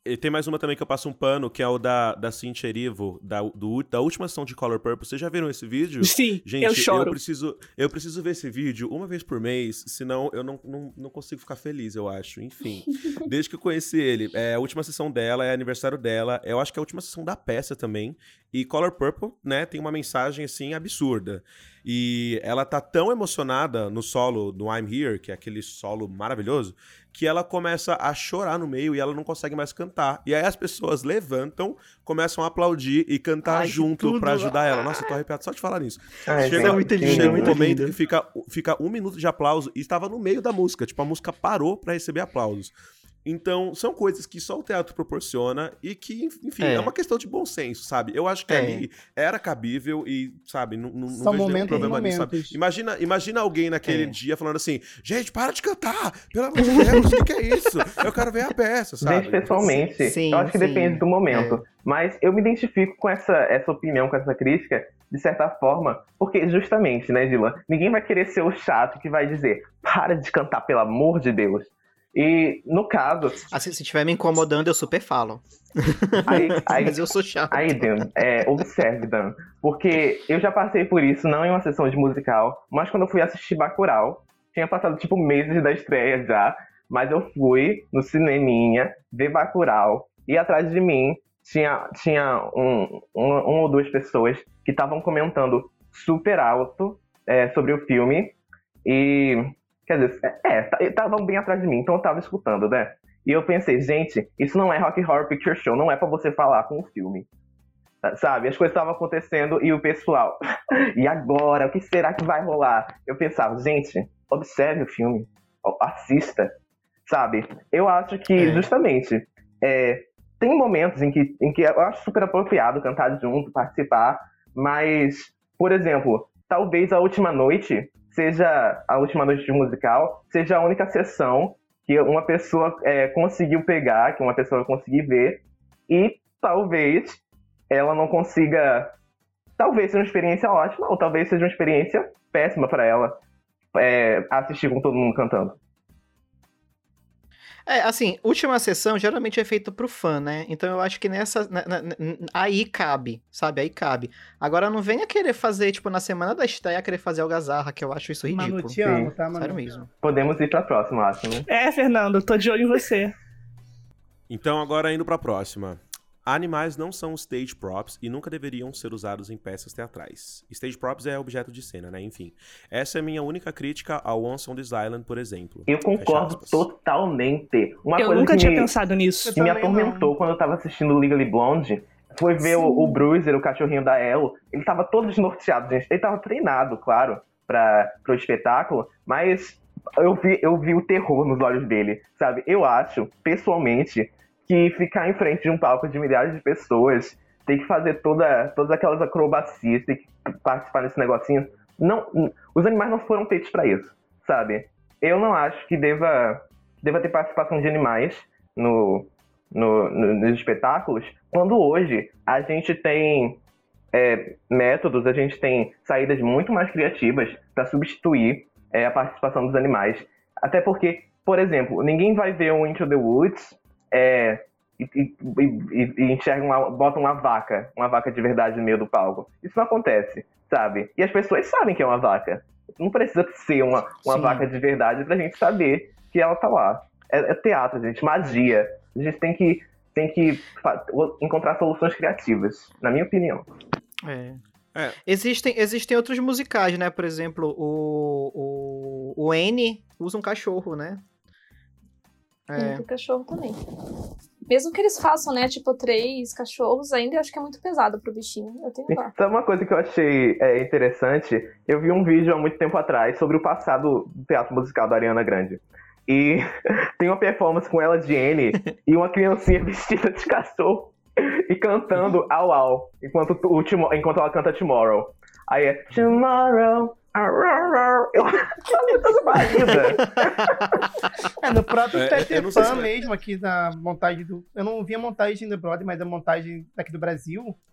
E tem mais uma também que eu passo um pano, que é o da Cynthia Erivo, da última sessão de Color Purple. Vocês já viram esse vídeo? Sim, gente, eu choro. Eu preciso ver esse vídeo uma vez por mês, senão eu não consigo ficar feliz, eu acho. Enfim, desde que eu conheci ele, a última sessão dela, é aniversário dela, eu acho que é a última sessão da peça também. E Color Purple, né, tem uma mensagem, assim, absurda. E ela tá tão emocionada no solo do I'm Here, que é aquele solo maravilhoso, que ela começa a chorar no meio e ela não consegue mais cantar. E aí as pessoas levantam, começam a aplaudir e cantar junto pra ajudar ela. Nossa, eu tô arrepiado só de falar nisso. Chega muito lindo, chega muito um momento lindo. que fica 1 minuto de aplauso e estava no meio da música. Tipo, a música parou pra receber aplausos. Então, são coisas que só o teatro proporciona e que, enfim, é uma questão de bom senso, sabe? Eu acho que ali era cabível e, sabe, não vejo nenhum problema nisso, sabe? Imagina alguém naquele dia falando assim, gente, para de cantar, pelo amor de Deus, o que é isso? Eu quero ver a peça, sabe? Gente, pessoalmente, eu acho que depende do momento. Mas eu me identifico com essa opinião, com essa crítica, de certa forma, porque justamente, né, Dylan, ninguém vai querer ser o chato que vai dizer, para de cantar, pelo amor de Deus. E, no caso... Assim, se estiver me incomodando, eu super falo. Mas eu sou chato. Aí, Dan, observe, Dan. Porque eu já passei por isso, não em uma sessão de musical, mas quando eu fui assistir Bacurau, tinha passado, tipo, meses da estreia já, mas eu fui no cineminha ver Bacurau, e atrás de mim tinha um ou duas pessoas que estavam comentando super alto sobre o filme, e... Quer dizer, estavam bem atrás de mim, então eu tava escutando, né? E eu pensei, gente, isso não é Rocky Horror Picture Show, não é pra você falar com o filme. Sabe? As coisas estavam acontecendo e o pessoal, e agora? O que será que vai rolar? Eu pensava, gente, observe o filme, assista, sabe? Eu acho que, justamente, tem momentos em que eu acho super apropriado cantar junto, participar, mas, por exemplo, talvez a última noite... seja a última noite de musical, seja a única sessão que uma pessoa conseguiu pegar, que uma pessoa conseguiu ver, e talvez ela não consiga... Talvez seja uma experiência ótima, ou talvez seja uma experiência péssima para ela assistir com todo mundo cantando. Assim, última sessão geralmente é feita pro fã, né? Então eu acho que nessa... aí cabe, sabe? Aí cabe. Agora não venha querer fazer, tipo, na semana da estreia, querer fazer algazarra, que eu acho isso ridículo. Manu, te amo, tá, Manu? Sério mesmo. Podemos ir pra próxima, acho, né? Fernando, tô de olho em você. Então, agora indo pra próxima. Animais não são stage props e nunca deveriam ser usados em peças teatrais. Stage props é objeto de cena, né? Enfim. Essa é a minha única crítica ao Once on This Island, por exemplo. Eu concordo totalmente. Eu nunca tinha pensado nisso. Que me atormentou quando eu tava assistindo Legally Blonde foi ver o Bruiser, o cachorrinho da Elle. Ele tava todo desnorteado, gente. Ele tava treinado, claro, pro espetáculo, mas eu vi o terror nos olhos dele, sabe? Eu acho, pessoalmente, que ficar em frente de um palco de milhares de pessoas, tem que fazer todas aquelas acrobacias, tem que participar desse negocinho. Não, os animais não foram feitos pra isso, sabe? Eu não acho que deva ter participação de animais nos espetáculos, quando hoje a gente tem métodos, a gente tem saídas muito mais criativas para substituir a participação dos animais. Até porque, por exemplo, ninguém vai ver um Into the Woods e enxerga bota uma vaca de verdade no meio do palco. Isso não acontece, sabe? E as pessoas sabem que é uma vaca. Não precisa ser uma vaca de verdade pra gente saber que ela tá lá. É teatro, gente, magia. A gente tem que encontrar soluções criativas, na minha opinião. Existem outros musicais, né? Por exemplo, o N usa um cachorro, né? Tem cachorro também. Mesmo que eles façam, né, tipo, 3 cachorros, ainda eu acho que é muito pesado pro bichinho. Eu tenho dó. Sabe uma coisa que eu achei interessante? Eu vi um vídeo há muito tempo atrás sobre o passado do teatro musical da Ariana Grande. E tem uma performance com ela de N e uma criancinha vestida de cachorro e cantando Au Au, enquanto ela canta Tomorrow. Aí é Tomorrow... Eu tô barriga. No próprio Peter Pan mesmo, aqui na montagem do... Eu não vi a montagem da Broadway, mas a montagem daqui do Brasil,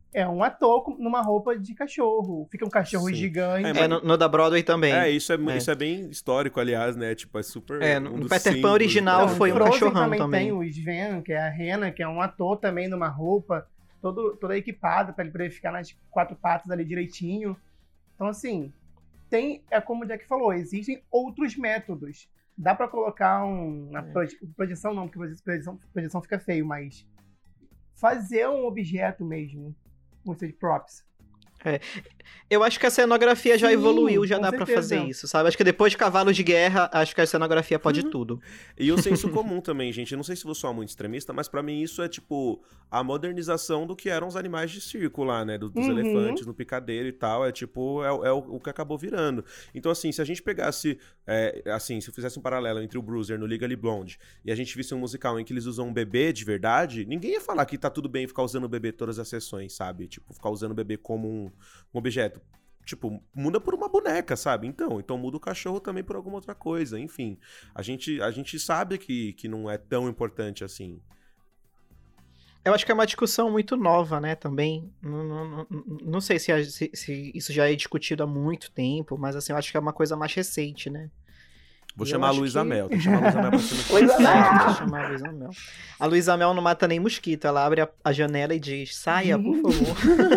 é um ator numa roupa de cachorro. Fica um cachorro Sim. gigante. No da Broadway também. Isso é bem histórico, aliás, né? Tipo, é super. No Peter Pan original foi um Frozen cachorrão também. Tem o Sven, que é a rena, que é um ator também numa roupa, toda equipada pra ele poder ficar nas 4 patas ali direitinho. Então, assim, é como o Jack falou, existem outros métodos. Dá pra colocar na projeção não, porque projeção fica feio, mas fazer um objeto mesmo, com de props. Eu acho que a cenografia já evoluiu, já dá certeza. pra fazer isso, sabe? Acho que depois de Cavalos de Guerra, acho que a cenografia pode tudo. E o senso comum também, gente. Eu não sei se vou soar muito extremista, mas pra mim isso é, tipo, a modernização do que eram os animais de circo lá, né? Dos elefantes no picadeiro e tal. É, tipo, o que acabou virando. Então, assim, se a gente pegasse, se eu fizesse um paralelo entre o Bruiser no Legally Blonde e a gente visse um musical em que eles usam um bebê de verdade, ninguém ia falar que tá tudo bem ficar usando o bebê todas as sessões, sabe? Tipo, ficar usando o bebê como um objeto. Tipo, muda por uma boneca, sabe? Então muda o cachorro também por alguma outra coisa. Enfim, a gente sabe que não é tão importante assim. Eu acho que é uma discussão muito nova, né, também. Não sei se isso já é discutido há muito tempo, mas assim, eu acho que é uma coisa mais recente, né? Vou chamar a Luísa Mel. Tem que chamar a Luísa Mel pra cima. Vou chamar a Luísa Mel. A Luísa Mel não mata nem mosquito. Ela abre a janela e diz, saia, por favor.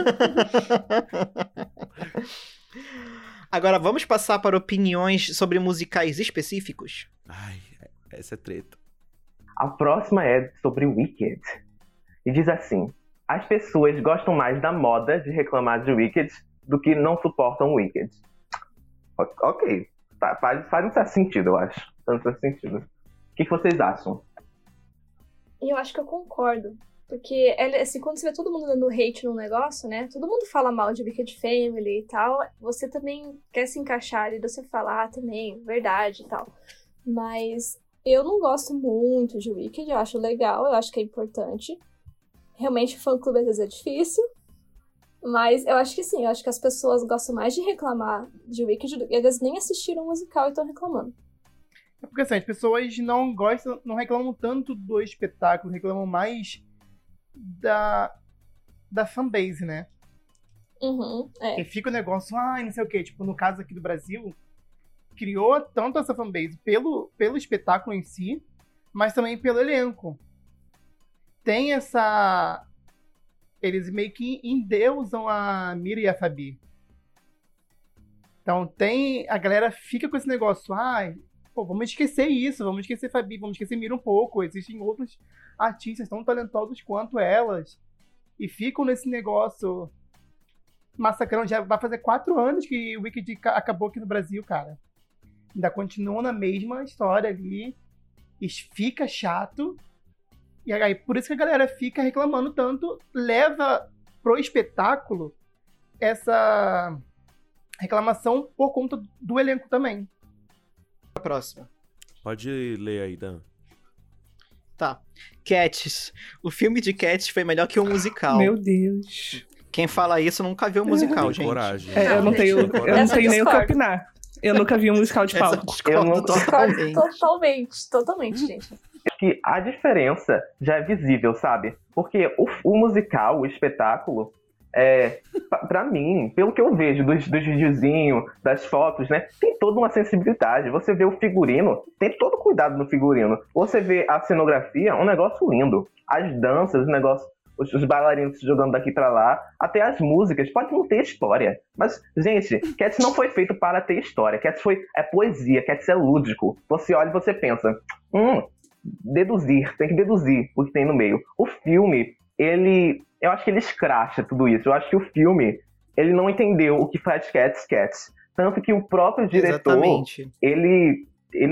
Agora, vamos passar para opiniões sobre musicais específicos? Ai, essa é treta. A próxima é sobre Wicked. E diz assim: as pessoas gostam mais da moda de reclamar de Wicked do que não suportam Wicked. Ok. Faz um certo sentido, eu acho. Faz um certo sentido. O que vocês acham? Eu acho que eu concordo. Porque, assim, quando você vê todo mundo dando hate no negócio, né? Todo mundo fala mal de Wicked Family e tal. Você também quer se encaixar ali, você falar também, verdade e tal. Mas eu não gosto muito de Wicked. Eu acho legal, eu acho que é importante. Realmente, fã-clube às vezes é difícil. Mas eu acho que sim, eu acho que as pessoas gostam mais de reclamar de Wicked do que eles nem assistiram o musical e estão reclamando. É porque assim, as pessoas não reclamam tanto do espetáculo, reclamam mais da fanbase, né? Que fica o negócio, não sei o quê. Tipo, no caso aqui do Brasil, criou tanto essa fanbase pelo espetáculo em si, mas também pelo elenco. Tem essa... Eles meio que endeusam a Mira e a Fabi. Então a galera fica com esse negócio, vamos esquecer isso, vamos esquecer Fabi, vamos esquecer Mira um pouco. Existem outros artistas tão talentosos quanto elas. E ficam nesse negócio massacrando. Já vai fazer 4 anos que o Wicked acabou aqui no Brasil, cara. Ainda continua na mesma história ali. E fica chato. E aí, por isso que a galera fica reclamando tanto, leva pro espetáculo essa reclamação por conta do elenco também. A próxima. Pode ler aí, Dan. Tá. Cats. O filme de Cats foi melhor que o musical. Meu Deus. Quem fala isso nunca viu o musical, Tem gente. Coragem. Eu não tenho nem o que opinar. Eu nunca vi um musical de palco. Totalmente, gente. Acho que a diferença já é visível, sabe? Porque o musical, o espetáculo, pra mim, pelo que eu vejo dos videozinhos, das fotos, né? Tem toda uma sensibilidade. Você vê o figurino, tem todo cuidado no figurino. Você vê a cenografia, um negócio lindo. As danças, os bailarinos se jogando daqui pra lá, até as músicas, pode não ter história. Mas, gente, Cats não foi feito para ter história. Cats é poesia, Cats é lúdico. Você olha e você pensa, tem que deduzir o que tem no meio. O filme, eu acho que ele escracha tudo isso. Eu acho que o filme, ele não entendeu o que faz Cats. Tanto que o próprio diretor, ele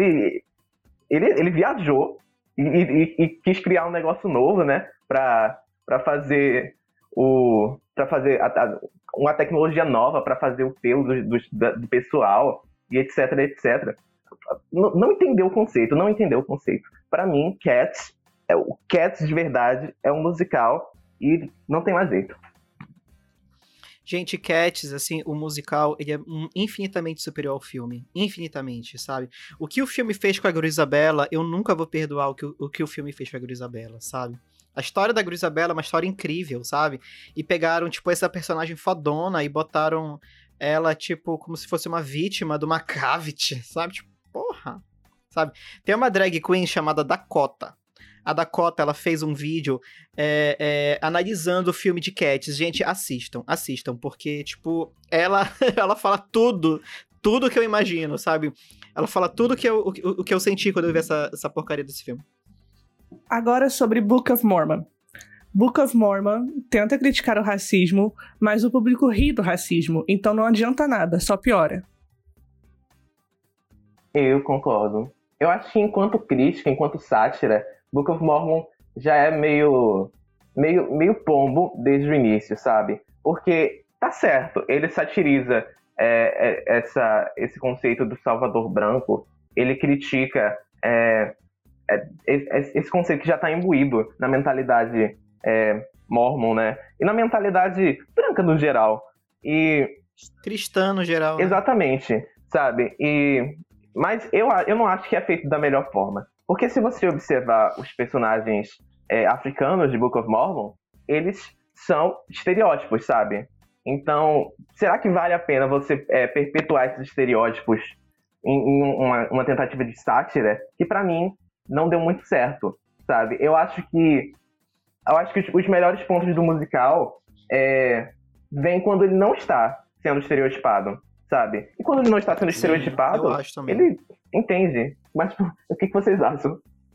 viajou e quis criar um negócio novo, né? Pra fazer uma tecnologia nova para fazer o pelo do pessoal e etc. Não entendeu o conceito. Para mim, o Cats de verdade é um musical e não tem mais jeito. Gente, Cats, assim, o musical, ele é infinitamente superior ao filme. Infinitamente, sabe? O que o filme fez com a Grisabella, eu nunca vou perdoar o que o filme fez com a Grisabella, sabe? A história da Grisabella é uma história incrível, sabe? E pegaram, tipo, essa personagem fodona e botaram ela, tipo, como se fosse uma vítima de uma cavity, sabe? Tipo, porra, sabe? Tem uma drag queen chamada Dakota. A Dakota, ela fez um vídeo analisando o filme de Cats. Gente, assistam, porque, tipo, ela fala tudo que eu imagino, sabe? Ela fala tudo o que eu senti quando eu vi essa porcaria desse filme. Agora sobre Book of Mormon. Book of Mormon tenta criticar o racismo, mas o público ri do racismo, então não adianta nada, só piora. Eu concordo. Eu acho que enquanto crítica, enquanto sátira, Book of Mormon já é meio pombo desde o início, sabe? Porque tá certo, ele satiriza esse conceito do Salvador branco, ele critica esse conceito que já tá imbuído na mentalidade mormon, né? E na mentalidade branca no geral. E cristã no geral, né? Exatamente, sabe? Mas eu não acho que é feito da melhor forma. Porque se você observar os personagens africanos de Book of Mormon, eles são estereótipos, sabe? Então, será que vale a pena você perpetuar esses estereótipos em uma tentativa de sátira que, pra mim, não deu muito certo, sabe? Eu acho que os melhores pontos do musical vêm quando ele não está sendo estereotipado, sabe? E quando ele não está sendo estereotipado, ele entende. Mas o que vocês acham?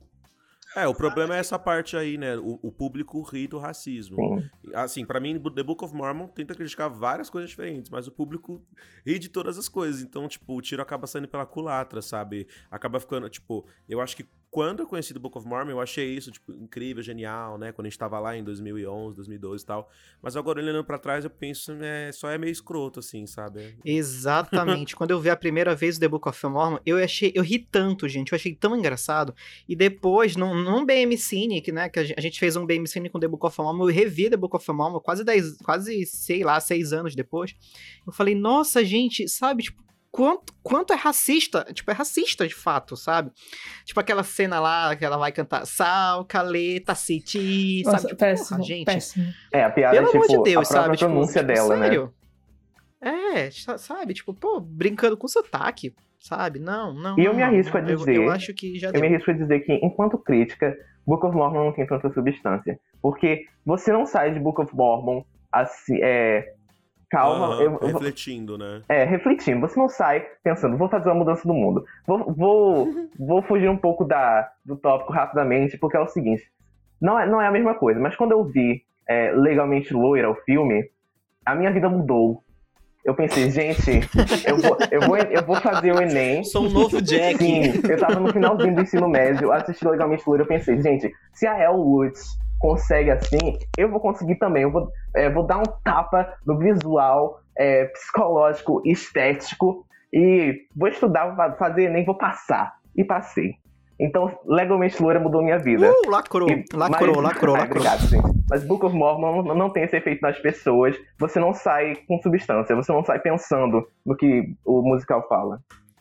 O problema é essa parte aí, né? O público ri do racismo. Sim. Assim, pra mim, The Book of Mormon tenta criticar várias coisas diferentes, mas o público ri de todas as coisas. Então, tipo, o tiro acaba saindo pela culatra, sabe? Acaba ficando, tipo... Eu acho que quando eu conheci The Book of Mormon, eu achei isso, tipo, incrível, genial, né? Quando a gente tava lá em 2011, 2012 e tal. Mas agora, olhando pra trás, eu penso, só é meio escroto, assim, sabe? Exatamente. Quando eu vi a primeira vez o The Book of Mormon, eu ri tanto, gente. Eu achei tão engraçado. E depois, num BM Cine, né? Que a gente fez um BM Cine com The Book of Mormon, eu revi The Book of Mormon quase, sei lá, 6 anos depois. Eu falei, nossa, gente, sabe, tipo, quanto é racista, tipo, é racista de fato, sabe? Tipo, aquela cena lá que ela vai cantar Sal, Caleta, City, sabe? Tipo, péssimo, porra, gente. péssimo. A piada pelo tipo, amor de Deus, a própria sabe? pronúncia tipo, dela, sério? né? Sabe? Tipo, pô, brincando com sotaque, sabe? Não. E eu me arrisco a dizer... Eu acho que já deu. Eu me arrisco a dizer que, enquanto crítica, Book of Mormon não tem tanta substância. Porque você não sai de Book of Mormon assim, calma. Refletindo, né? Refletindo. Você não sai pensando, vou fazer uma mudança do mundo. Vou fugir um pouco do tópico rapidamente, porque é o seguinte. Não é a mesma coisa, mas quando eu vi Legalmente Loira, o filme, a minha vida mudou. Eu pensei, gente, eu vou fazer o Enem. Sou um novo Jack. Sim, eu tava no finalzinho do ensino médio, assisti Legalmente Loira, eu pensei, gente, se a Elle Woods consegue assim, eu vou conseguir também. Eu vou dar um tapa no visual, psicológico, estético, e vou estudar, vou fazer Enem, vou passar. E passei. Então, Legalmente Loira mudou minha vida. Lacrou. Obrigado, gente. Mas Book of Mormon não tem esse efeito nas pessoas. Você não sai com substância, você não sai pensando no que o musical fala.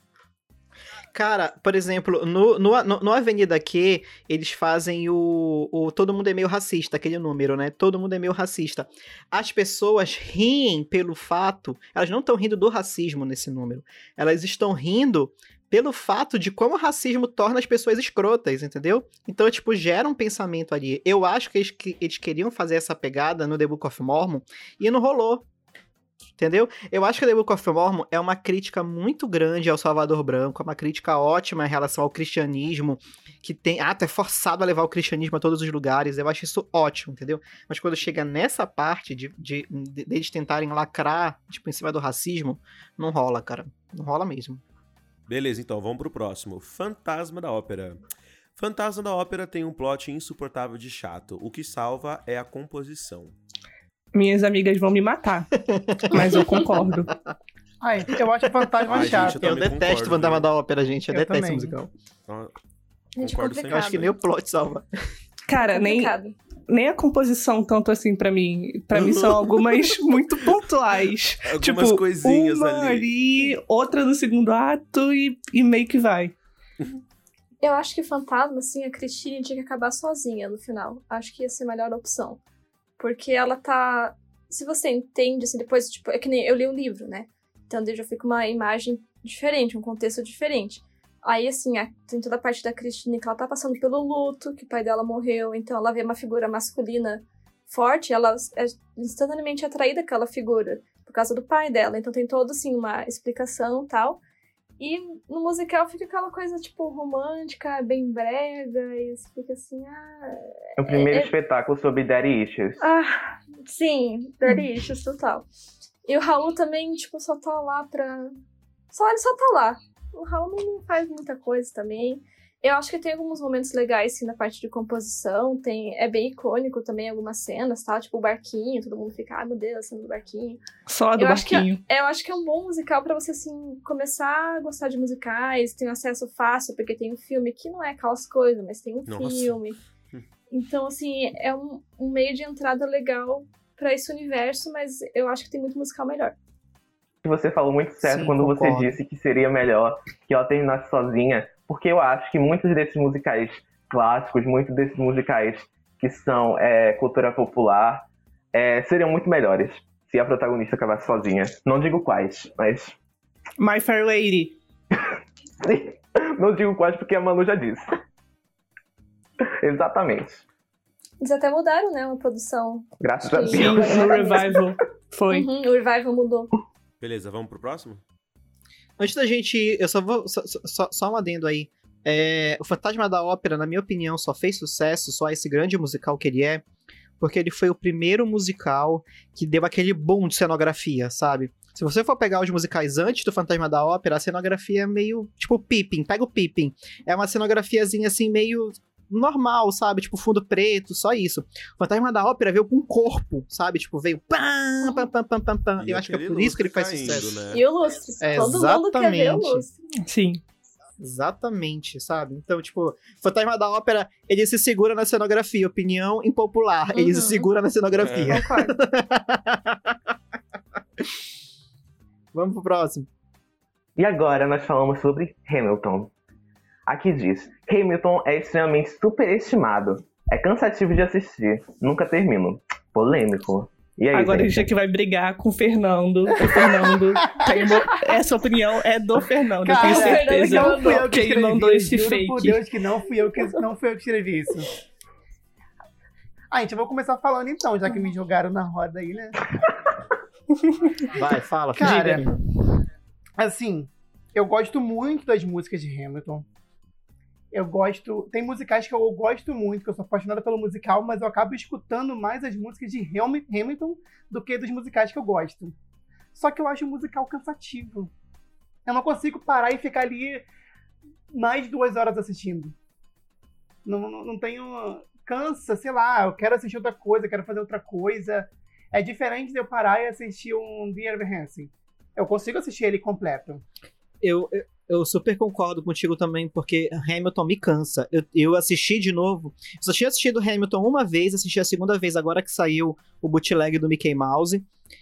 Cara, por exemplo, no Avenida Q, eles fazem o Todo Mundo é Meio Racista, aquele número, né? Todo Mundo é Meio Racista. As pessoas riem pelo fato... Elas não estão rindo do racismo nesse número. Elas estão rindo pelo fato de como o racismo torna as pessoas escrotas, entendeu? Então, tipo, gera um pensamento ali. Eu acho que eles queriam fazer essa pegada no The Book of Mormon e não rolou. Entendeu? Eu acho que The Book of Mormon é uma crítica muito grande ao Salvador Branco, é uma crítica ótima em relação ao cristianismo, que tem... tu é forçado a levar o cristianismo a todos os lugares, eu acho isso ótimo, entendeu? Mas quando chega nessa parte deles tentarem lacrar, tipo, em cima do racismo, não rola, cara. Não rola mesmo. Beleza, então, vamos pro próximo. Fantasma da Ópera. Fantasma da Ópera tem um plot insuportável de chato. O que salva é a composição. Minhas amigas vão me matar, mas eu concordo. Eu acho Fantasma chato. Gente, eu detesto Fantasma da Ópera, gente. Eu detesto também. musical. Gente, complicado. Eu acho que nem o plot salva. Cara, nem a composição tanto assim pra mim. Pra mim são algumas muito pontuais. Algumas coisinhas uma ali, outra no segundo ato e meio que vai. Eu acho que Fantasma, assim, a Christine tinha que acabar sozinha no final. Acho que ia ser a melhor opção. Porque ela tá... Se você entende, assim, depois, tipo... É que nem eu li o livro, né? Então, daí já fica uma imagem diferente, um contexto diferente. Aí, assim, tem toda a parte da Christine que ela tá passando pelo luto, que o pai dela morreu. Então, ela vê uma figura masculina forte, ela é instantaneamente atraída àquela figura por causa do pai dela. Então, tem toda, assim, uma explicação e tal. E no musical fica aquela coisa, tipo, romântica, bem brega, e você fica assim, É o primeiro espetáculo sobre Daddy Issues. Sim, Daddy Issues, total. E o Raul também, tipo, só tá lá pra... Ele só tá lá. O Raul não faz muita coisa também. Eu acho que tem alguns momentos legais, sim, na parte de composição. É bem icônico também algumas cenas, tá? Tipo o barquinho, todo mundo fica, meu Deus, a cena do barquinho. Só a do barquinho. Eu acho que é um bom musical pra você, assim, começar a gostar de musicais. Tem acesso fácil, porque tem um filme que não é aquelas coisas, mas tem um filme. Então, assim, é um meio de entrada legal pra esse universo, mas eu acho que tem muito musical melhor. Você falou muito certo. Sim, quando concordo. Você disse que seria melhor que ela terminasse sozinha, porque eu acho que muitos desses musicais clássicos, muitos desses musicais que são cultura popular, seriam muito melhores se a protagonista acabasse sozinha. Não digo quais, mas... My Fair Lady. Não digo quais porque a Manu já disse. Exatamente. Eles até mudaram, né, uma produção. Graças a Deus. Sim, no Revival. Foi. O Revival mudou. Beleza, vamos pro próximo? Antes da gente ir, eu só vou... Só um adendo aí. O Fantasma da Ópera, na minha opinião, só fez sucesso, só esse grande musical que ele é, porque ele foi o primeiro musical que deu aquele boom de cenografia, sabe? Se você for pegar os musicais antes do Fantasma da Ópera, a cenografia é meio... Tipo Pippin, pega o Pippin. É uma cenografiazinha assim, meio... normal, sabe? Tipo, fundo preto, só isso. O Fantasma da Ópera veio com um corpo, sabe? Tipo, veio pam, pam, pam, pam, pam, pam. Eu acho que é por isso que ele faz sucesso. Né? E o lustre. Todo mundo quer ver o lustre. Sim. Exatamente, sabe? Então, tipo, Fantasma da Ópera, ele se segura na cenografia. Opinião impopular. Ele se segura na cenografia. Concordo. Vamos pro próximo. E agora nós falamos sobre Hamilton. Aqui diz, Hamilton é extremamente superestimado. É cansativo de assistir. Nunca termino. Polêmico. E aí, agora gente? A gente aqui vai brigar com o Fernando. O Fernando essa opinião é do Fernando. Cara, eu tenho certeza não fui eu que ele mandou esse juro fake. Por Deus que não fui eu que escrevi isso. Gente, eu vou começar falando então, já que me jogaram na roda aí, né? Vai, fala. Cara, assim, eu gosto muito das músicas de Hamilton. Tem musicais que eu gosto muito, que eu sou apaixonada pelo musical, mas eu acabo escutando mais as músicas de Hamilton do que dos musicais que eu gosto. Só que eu acho o musical cansativo. Eu não consigo parar e ficar ali mais de 2 horas assistindo. Não tenho... Cansa, sei lá, eu quero assistir outra coisa, quero fazer outra coisa. É diferente de eu parar e assistir um Dear Evan Hansen. Eu consigo assistir ele completo. Eu super concordo contigo também, porque Hamilton me cansa. Eu assisti de novo. Eu só tinha assistido Hamilton uma vez, assisti a segunda vez agora que saiu o bootleg do Mickey Mouse.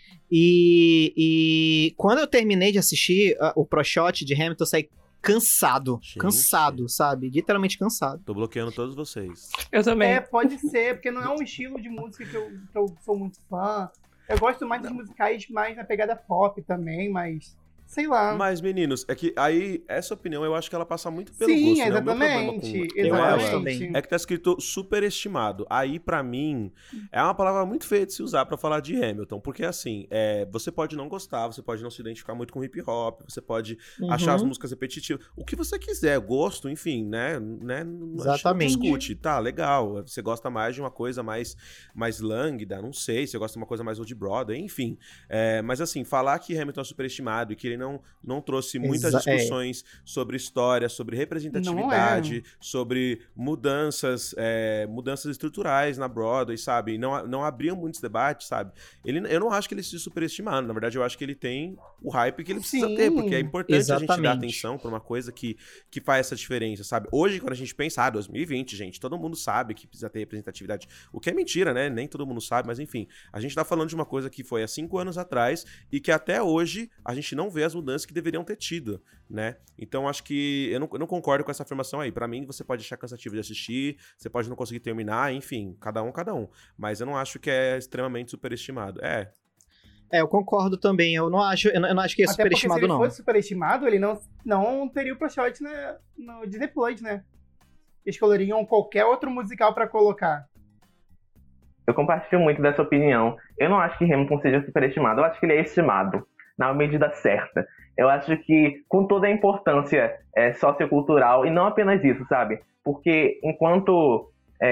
E quando eu terminei de assistir o Pro Shot de Hamilton, eu saí cansado. Gente. Cansado, sabe? Literalmente cansado. Tô bloqueando todos vocês. Eu também. Pode ser, porque não é um estilo de música que eu sou muito fã. Eu gosto mais dos musicais mais na pegada pop também, mas... Sei lá. Mas, meninos, é que aí, essa opinião eu acho que ela passa muito pelo Sim, gosto, exatamente, né? Eu acho também. É que tá escrito superestimado. Aí, pra mim, é uma palavra muito feia de se usar pra falar de Hamilton. Porque, assim, você pode não gostar, você pode não se identificar muito com hip hop, você pode achar as músicas repetitivas. O que você quiser, gosto, enfim, né? Exatamente. Discute, tá, legal. Você gosta mais de uma coisa mais lânguida, não sei. Você gosta de uma coisa mais old brother, enfim. Mas, assim, falar que Hamilton é superestimado e que ele não trouxe muitas discussões sobre história, sobre representatividade, sobre mudanças estruturais na Broadway, sabe? Não abriam muitos debates, sabe? Eu não acho que ele seja superestimado. Na verdade, eu acho que ele tem o hype que ele precisa ter, porque é importante a gente dar atenção pra uma coisa que faz essa diferença, sabe? Hoje, quando a gente pensa, 2020, gente, todo mundo sabe que precisa ter representatividade. O que é mentira, né? Nem todo mundo sabe, mas enfim. A gente tá falando de uma coisa que foi há 5 anos atrás e que até hoje a gente não vê ver as mudanças que deveriam ter tido, né? Então acho que eu não concordo com essa afirmação aí. Pra mim, você pode achar cansativo de assistir, você pode não conseguir terminar, enfim, cada um. Mas eu não acho que é extremamente superestimado. Eu concordo também. Eu não acho que é Até superestimado, porque se não. ele fosse superestimado, ele não teria o Pro Shot no Disney Plus, né? Eles escolheriam qualquer outro musical pra colocar. Eu compartilho muito dessa opinião. Eu não acho que Hamilton seja superestimado. Eu acho que ele é estimado na medida certa. Eu acho que com toda a importância sociocultural, e não apenas isso, sabe? Porque enquanto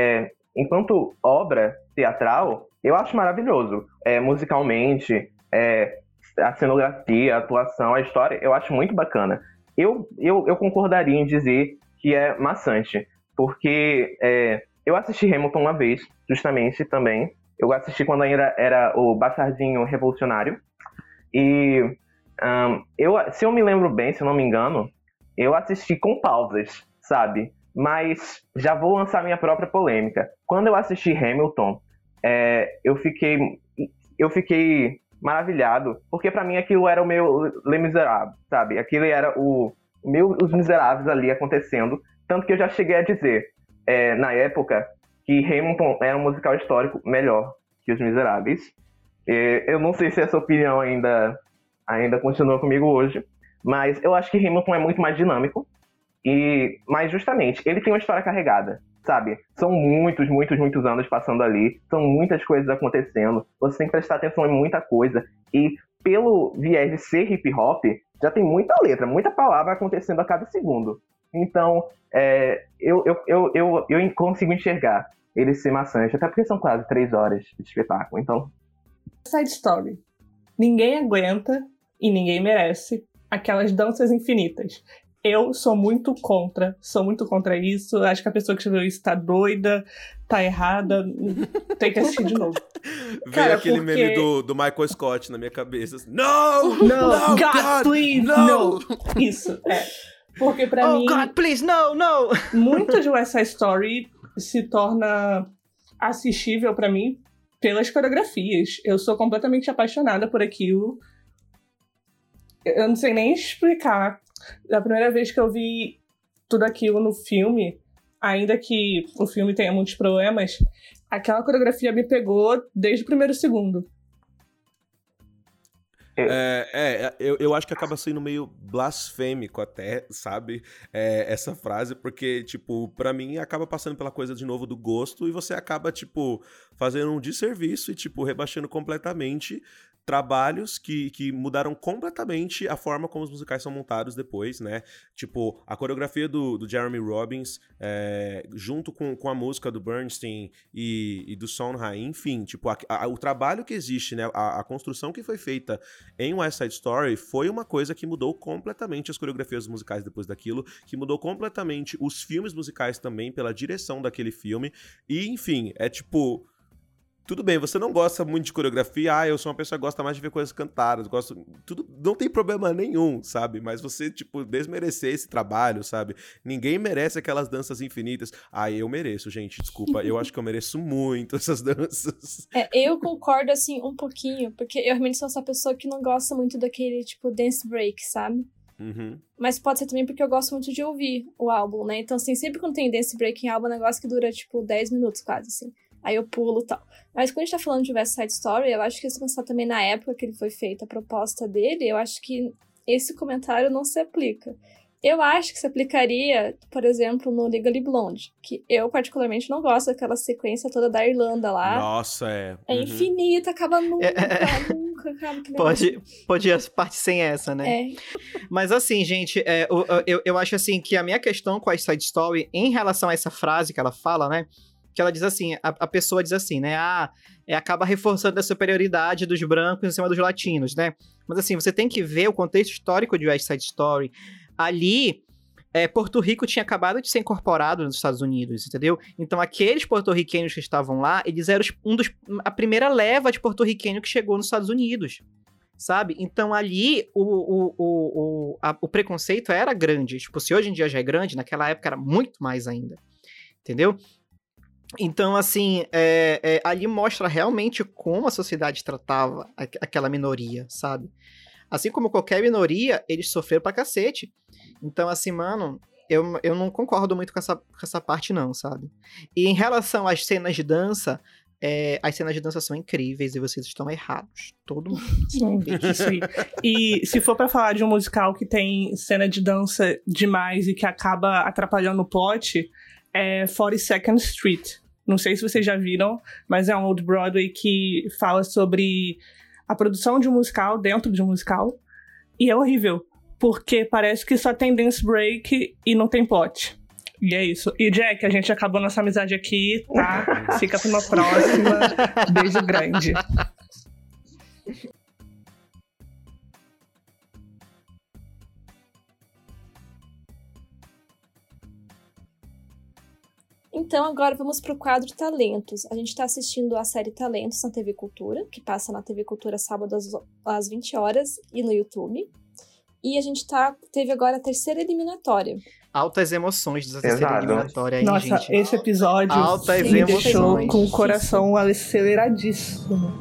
obra teatral, eu acho maravilhoso. Musicalmente, a cenografia, a atuação, a história, eu acho muito bacana. Eu concordaria em dizer que é maçante, porque eu assisti Hamilton uma vez, justamente, também. Eu assisti quando ainda era o Bastardinho Revolucionário. E se eu me lembro bem, se eu não me engano, eu assisti com pausas, sabe? Mas já vou lançar minha própria polêmica. Quando eu assisti Hamilton, eu fiquei maravilhado, porque pra mim aquilo era o meu Les Miserables, sabe? Aquilo era Os Miseráveis ali acontecendo. Tanto que eu já cheguei a dizer, na época, que Hamilton era um musical histórico melhor que Os Miseráveis. Eu não sei se essa opinião ainda continua comigo hoje, mas eu acho que Hamilton é muito mais dinâmico. Mas justamente, ele tem uma história carregada, sabe? São muitos anos passando ali, são muitas coisas acontecendo, você tem que prestar atenção em muita coisa, e pelo viés de ser hip hop, já tem muita letra, muita palavra acontecendo a cada segundo. Então, eu consigo enxergar ele ser maçante, até porque são quase 3 horas de espetáculo, então... Side Story. Ninguém aguenta e ninguém merece aquelas danças infinitas. Eu sou muito contra isso. Acho que a pessoa que escreveu isso tá doida, tá errada, tem que assistir de novo. Veio aquele meme do Michael Scott na minha cabeça. No, God, please, no. Isso, Porque pra mim... Oh, God, please, no. Muito de West Side Story se torna assistível pra mim pelas coreografias. Eu sou completamente apaixonada por aquilo. Eu não sei nem explicar. Da primeira vez que eu vi tudo aquilo no filme, ainda que o filme tenha muitos problemas, aquela coreografia me pegou desde o primeiro segundo. Eu acho que acaba sendo meio blasfêmico até, sabe? Essa frase, porque, tipo, pra mim acaba passando pela coisa de novo do gosto e você acaba, tipo, fazendo um desserviço e, tipo, rebaixando completamente trabalhos que mudaram completamente a forma como os musicais são montados depois, né? Tipo, a coreografia do Jeremy Robbins, junto com a música do Bernstein e do Sondheim, enfim, tipo, o trabalho que existe, né? A construção que foi feita em West Side Story foi uma coisa que mudou completamente as coreografias musicais depois daquilo, que mudou completamente os filmes musicais também pela direção daquele filme, e enfim, tipo... Tudo bem, você não gosta muito de coreografia, eu sou uma pessoa que gosta mais de ver coisas cantadas, não tem problema nenhum, sabe? Mas você, tipo, desmerecer esse trabalho, sabe? Ninguém merece aquelas danças infinitas. Eu mereço, gente, desculpa, eu acho que eu mereço muito essas danças. Eu concordo, assim, um pouquinho, porque eu realmente sou essa pessoa que não gosta muito daquele, tipo, dance break, sabe? Uhum. Mas pode ser também porque eu gosto muito de ouvir o álbum, né? Então, assim, sempre quando tem dance break em álbum, é um negócio que dura, tipo, 10 minutos quase, assim. Aí eu pulo e tal. Mas quando a gente tá falando de West Side Story, eu acho que se pensar também na época que ele foi feito, a proposta dele, eu acho que esse comentário não se aplica. Eu acho que se aplicaria, por exemplo, no Legally Blonde, que eu particularmente não gosto daquela sequência toda da Irlanda lá. Nossa, É infinita, acaba nunca acaba. Pode ir as partes sem essa, né? Mas assim, gente, eu acho assim que a minha questão com a Side Story, em relação a essa frase que ela fala, né? Que ela diz assim, a pessoa diz assim, né? Acaba reforçando a superioridade dos brancos em cima dos latinos, né? Mas assim, você tem que ver o contexto histórico de West Side Story. Ali, Porto Rico tinha acabado de ser incorporado nos Estados Unidos, entendeu? Então, aqueles porto-riquenhos que estavam lá, eles eram a primeira leva de porto-riquenho que chegou nos Estados Unidos, sabe? Então, ali, o preconceito era grande. Tipo, se hoje em dia já é grande, naquela época era muito mais ainda, entendeu? Então, assim, ali mostra realmente como a sociedade tratava aquela minoria, sabe? Assim como qualquer minoria, eles sofreram pra cacete. Então, assim, mano, eu não concordo muito com essa parte, não, sabe? E em relação às cenas de dança, as cenas de dança são incríveis e vocês estão errados. Todo mundo. Sim, isso aí. E se for pra falar de um musical que tem cena de dança demais e que acaba atrapalhando o plot, é 42nd Street. Não sei se vocês já viram, mas é um Old Broadway que fala sobre a produção de um musical dentro de um musical. E é horrível, porque parece que só tem dance break e não tem plot. E é isso. E, Jack, a gente acabou nossa amizade aqui, tá? Fica pra uma próxima. Beijo grande. Então, agora vamos pro quadro Talentos. A gente tá assistindo a série Talentos na TV Cultura, que passa na TV Cultura sábado às 20 horas e no YouTube. E a gente teve agora a terceira eliminatória. Altas emoções dessa terceira eliminatória aí, Nossa, gente. esse episódio me deixou com o coração aceleradíssimo.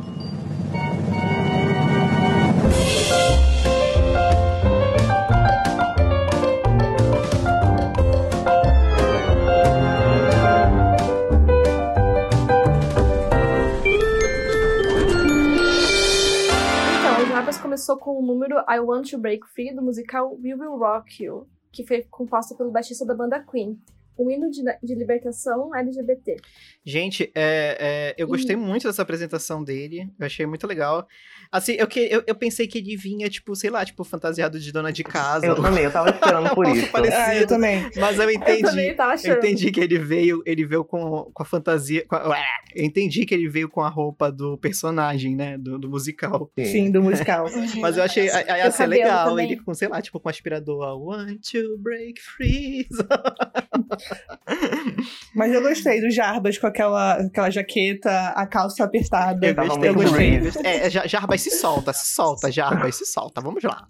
Começou com o número I Want to Break Free do musical We Will Rock You, que foi composta pelo baixista da banda Queen, um hino de libertação LGBT. Gente, eu gostei muito dessa apresentação dele, eu achei muito legal. Assim, eu pensei que ele vinha, tipo, sei lá, tipo, fantasiado de dona de casa. Eu também, eu tava esperando por isso. Parecido, eu também. Mas eu entendi. Eu também tava achando. Eu entendi que ele veio com a fantasia. Eu entendi que ele veio com a roupa do personagem, né? Do musical. Sim, do musical. Mas eu achei ia ser legal. Também. Ele com, sei lá, tipo, com um aspirador. I want to break free. Mas eu gostei do Jarbas com aquela jaqueta, a calça apertada. Eu gostei. Muito Jarbas se solta, Jarbas se solta. Vamos lá.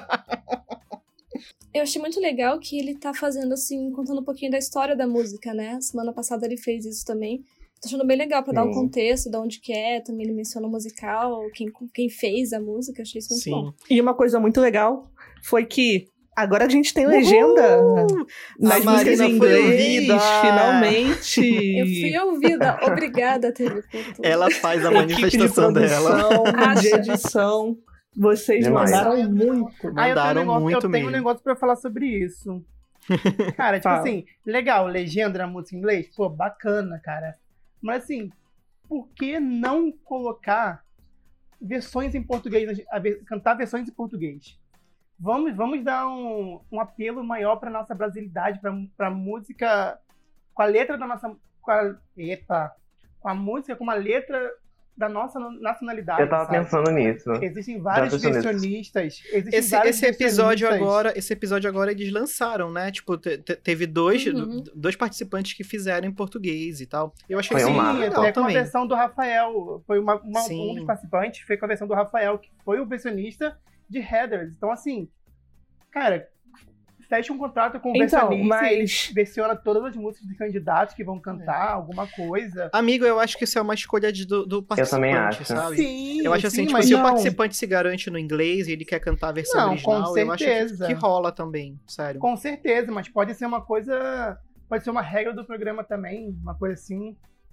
Eu achei muito legal que ele tá fazendo, assim, contando um pouquinho da história da música, né? Semana passada ele fez isso também. Tô achando bem legal pra dar um contexto de onde que é. Também ele menciona o musical, quem fez a música. Achei isso muito bom. E uma coisa muito legal foi que agora a gente tem legenda nas músicas em inglês, finalmente. Eu fui ouvida. Obrigada, TV Cultura. Ela faz a manifestação dela. De edição. Vocês Demais. mandaram muito. Eu tenho um negócio pra falar sobre isso. Cara, tipo assim, legal, legenda na música em inglês, pô, bacana, cara. Mas assim, por que não colocar versões em português, cantar versões em português? Vamos dar um apelo maior para nossa brasilidade, para música com a letra da nossa, com a música com uma letra da nossa nacionalidade. Eu tava pensando nisso. Existem vários versionistas. Esse episódio agora eles lançaram, né? Tipo, teve dois participantes que fizeram em português e tal. Eu achei Foi até com a versão do Rafael. Foi um dos participantes, foi com a versão do Rafael, que foi o versionista de Heathers. Então, assim, cara, fecha um contrato com o versionista e ele versiona todas as músicas dos candidatos que vão cantar alguma coisa. Amigo, eu acho que isso é uma escolha do participante, eu também acho. Sabe? Sim, eu acho assim, tipo, se o participante se garante no inglês e ele quer cantar a versão original, eu acho que rola também, sério. Com certeza, mas pode ser uma coisa... Pode ser uma regra do programa também, uma coisa assim.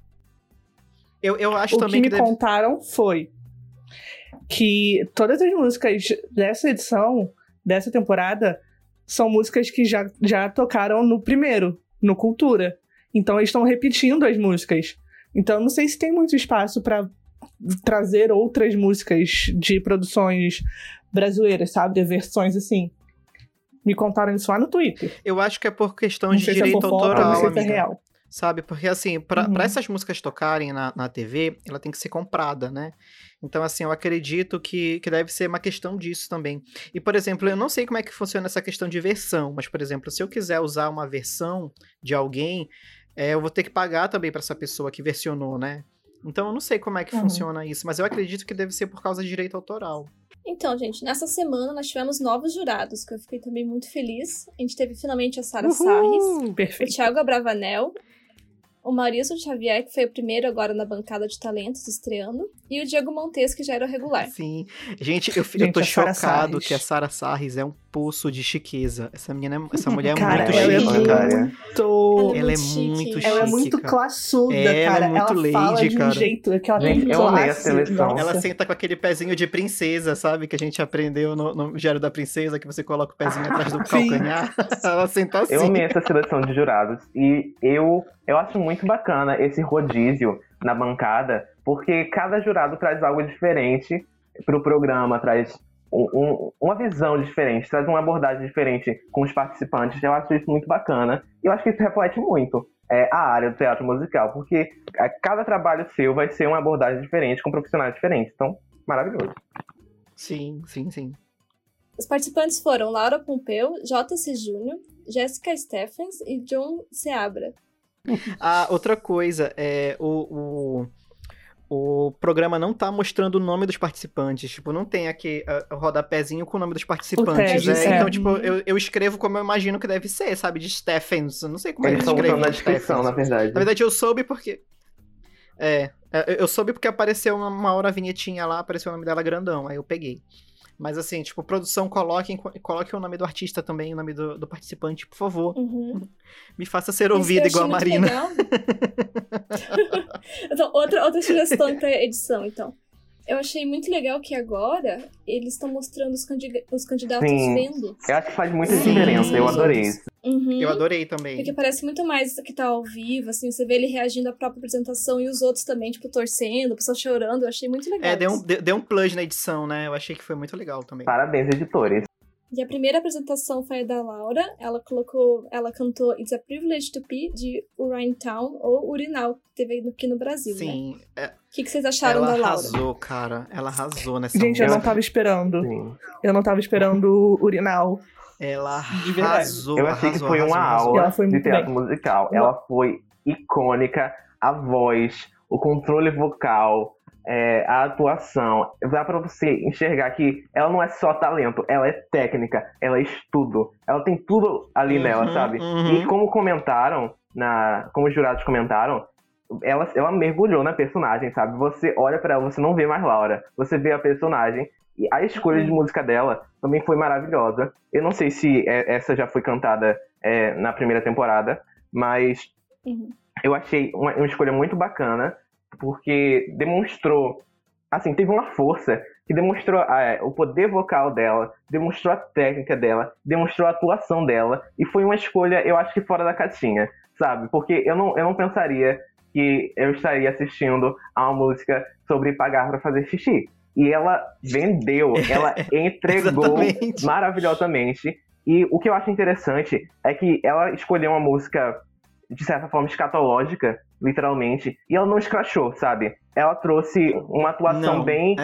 Eu acho também que me contaram foi que todas as músicas dessa edição, dessa temporada, são músicas que já tocaram no primeiro, no Cultura. Então eles estão repetindo as músicas. Então eu não sei se tem muito espaço para trazer outras músicas de produções brasileiras, sabe? De versões assim. Me contaram isso lá no Twitter. Eu acho que é por questão de direito autoral. Não sei se é real. Sabe? Porque, assim, pra essas músicas tocarem na TV, ela tem que ser comprada, né? Então, assim, eu acredito que deve ser uma questão disso também. E, por exemplo, eu não sei como é que funciona essa questão de versão, mas, por exemplo, se eu quiser usar uma versão de alguém, eu vou ter que pagar também pra essa pessoa que versionou, né? Então, eu não sei como é que funciona isso, mas eu acredito que deve ser por causa de direito autoral. Então, gente, nessa semana nós tivemos novos jurados, que eu fiquei também muito feliz. A gente teve finalmente a Sara Sarris, Perfeito. o Thiago Abravanel, o Maurício Xavier, que foi o primeiro agora na bancada de talentos estreando, e o Diego Montes, que já era o regular. Sim. Gente, eu tô a Sarah chocado Sarris. que a Sarah Sarris é um poço de chiqueza. Essa mulher é Cara, muito ela é chique, cara. muito... Ela é chique. muito chique. Ela é muito cara. classuda, É, ela cara. é muito ela lady, fala de um cara. jeito que ela tem Gente, eu amei a classe. seleção. Nossa. Ela senta com aquele pezinho de princesa, sabe? Que a gente aprendeu no Diário da Princesa, que você coloca o pezinho atrás do Sim. calcanhar. Ela senta assim. Eu amei essa seleção de jurados e eu acho muito bacana esse rodízio na bancada, porque cada jurado traz algo diferente pro programa, traz uma visão diferente, traz uma abordagem diferente com os participantes. Eu acho isso muito bacana e eu acho que isso reflete muito a área do teatro musical, porque cada trabalho seu vai ser uma abordagem diferente, com profissionais diferentes. Então, maravilhoso. Sim. Os participantes foram Laura Pompeu, J.C. Júnior, Jessica Stephens e John Seabra. Ah, outra coisa, o programa não tá mostrando o nome dos participantes. Tipo, não tem aqui o rodapézinho com o nome dos participantes. tag, Então, tipo, eu escrevo como eu imagino que deve ser, sabe? De Stephens. Eu não sei como é que Eles eles estão botando escrevem na descrição, na verdade. Na verdade, eu soube porque... eu soube porque apareceu uma hora a vinhetinha lá, apareceu o nome dela grandão, aí eu peguei. Mas assim, tipo, produção, coloque o nome do artista também, o nome do participante, por favor. Uhum. Me faça ser ouvida igual a Marina. Então, outra sugestão pra edição, então. Eu achei muito legal que agora eles estão mostrando os candidatos Sim. vendo. Eu acho que faz muita diferença, eu adorei isso. Uhum. Eu adorei também. Porque parece muito mais que tá ao vivo, assim, você vê ele reagindo à própria apresentação e os outros também, tipo, torcendo, o pessoal chorando, eu achei muito legal. Deu um plus na edição, né? Eu achei que foi muito legal também. Parabéns, editores. E a primeira apresentação foi a da Laura, ela cantou It's a Privilege to Be, de Urinetown Town, ou Urinal, que teve aqui no Brasil, Sim. né? O que vocês acharam da Laura? Ela arrasou, cara. Ela arrasou nessa Gente, eu música. não tava esperando. Sim. Eu não tava esperando o Urinal. Ela verdade. arrasou. Eu achei que foi uma Ela aula foi de muito teatro bem. musical. Ela foi icônica, a voz, o controle vocal, a atuação. Dá pra você enxergar que ela não é só talento, ela é técnica, ela é estudo. Ela tem tudo ali nela, sabe? E como comentaram, como os jurados comentaram, ela mergulhou na personagem, sabe? Você olha pra ela, você não vê mais Laura, você vê a personagem. E a escolha de música dela também foi maravilhosa. Eu não sei se essa já foi cantada na primeira temporada, mas eu achei uma escolha muito bacana, porque demonstrou, assim, teve uma força que demonstrou o poder vocal dela, demonstrou a técnica dela, demonstrou a atuação dela, e foi uma escolha, eu acho que fora da caixinha, sabe? Porque eu não pensaria que eu estaria assistindo a uma música sobre pagar pra fazer xixi. E ela vendeu, ela entregou maravilhosamente. E o que eu acho interessante é que ela escolheu uma música, de certa forma, escatológica, literalmente, e ela não escrachou, sabe? Ela trouxe uma atuação bem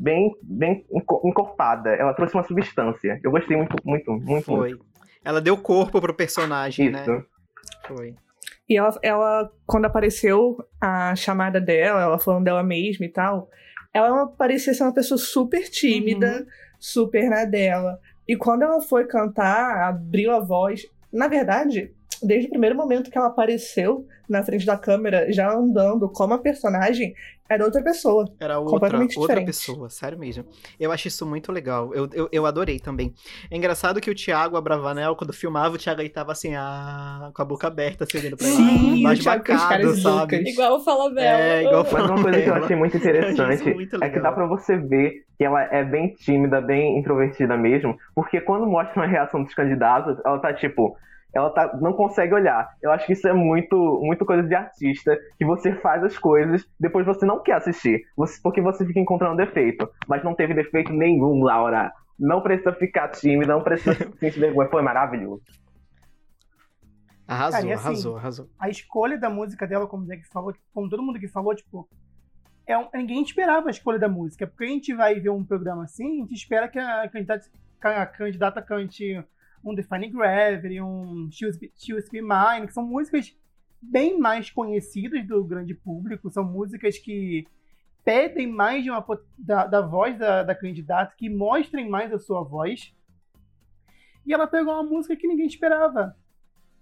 encorpada. Ela trouxe uma substância. Eu gostei muito, muito, muito. Foi. Ela deu corpo pro personagem, Isso. né? Foi. E ela, quando apareceu a chamada dela, ela falando dela mesma e tal, ela parecia ser uma pessoa super tímida, super na dela. E quando ela foi cantar, abriu a voz. Na verdade, desde o primeiro momento que ela apareceu na frente da câmera, já andando como a personagem, era outra pessoa. Era outra pessoa, sério mesmo. Eu acho isso muito legal. Eu adorei também. É engraçado que o Thiago Abravanel, quando filmava, o Thiago aí tava assim, com a boca aberta, assim, olhando pra Sim, mais o Thiago com as bacado, caras sabe? loucas. Igual o Falabella. Igual Mas uma coisa que eu achei muito interessante muito é que legal. dá pra você ver que ela é bem tímida, bem introvertida mesmo, porque quando mostra a reação dos candidatos, ela tá tipo... não consegue olhar. Eu acho que isso é muito coisa de artista, que você faz as coisas, depois você não quer assistir, porque você fica encontrando defeito. Mas não teve defeito nenhum, Laura. Não precisa ficar tímida, não precisa sentir vergonha. Foi maravilhoso. Arrasou, Cara, e assim, arrasou. A escolha da música dela, como o Zé que falou, como todo mundo que falou, tipo, ninguém esperava a escolha da música, porque a gente vai ver um programa assim, a gente espera que a candidata cante um Defying Gravity, um She Used to Be Mine, que são músicas bem mais conhecidas do grande público, são músicas que pedem mais da voz da candidata, que mostrem mais a sua voz. E ela pegou uma música que ninguém esperava,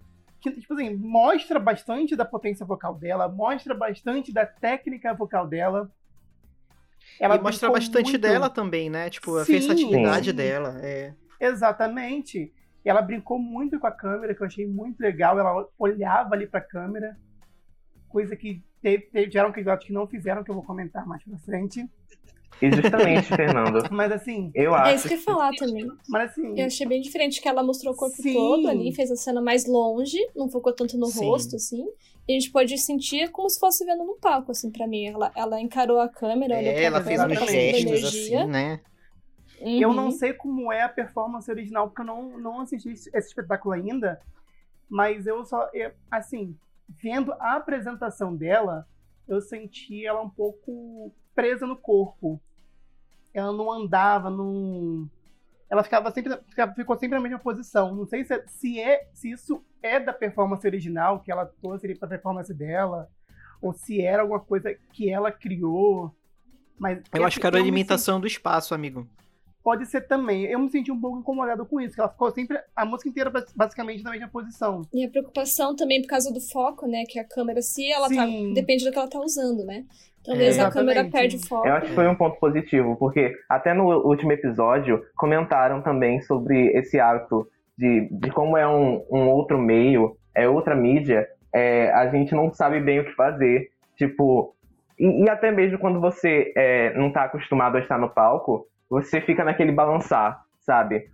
que, tipo assim, mostra bastante da potência vocal dela, mostra bastante da técnica vocal dela. Ela mostra bastante muito... dela também, né? Tipo, a Sim, versatilidade sim. dela. Exatamente. Ela brincou muito com a câmera, que eu achei muito legal. Ela olhava ali pra câmera, coisa que tiveram candidatos que não fizeram, que eu vou comentar mais pra frente. E justamente, Fernando, Mas assim, eu acho... É isso que eu ia falar também. mas assim, Eu achei bem diferente que ela mostrou o corpo Sim. todo ali, fez a cena mais longe, não focou tanto no Sim. rosto, assim. E a gente pode sentir como se fosse vendo no palco, assim, pra mim. Ela encarou a câmera, olhou pra Ela câmera, fez ela uns passou gestos energia. assim, né? eu Uhum. não sei como é a performance original, porque eu não assisti esse espetáculo ainda, mas assim, vendo a apresentação dela, eu senti ela um pouco presa no corpo. Ela não andava, não... Ela ficou sempre na mesma posição. Não sei se isso é da performance original, que ela trouxe ali pra performance dela, ou se era alguma coisa que ela criou. Mas Eu acho que era a eu me limitação do espaço, amigo. Pode ser também. Eu me senti um pouco incomodado com isso, que ela ficou sempre, a música inteira, basicamente, na mesma posição. E a preocupação também por causa do foco, né? Que a câmera, se ela tá... Sim. Depende do que ela tá usando, né? Então, às vezes a Exatamente. câmera perde o foco. Eu acho que foi um ponto positivo, porque até no último episódio comentaram também sobre esse hábito de como é um outro meio, é outra mídia, a gente não sabe bem o que fazer. Tipo, e até mesmo quando você não tá acostumado a estar no palco, você fica naquele balançar, sabe?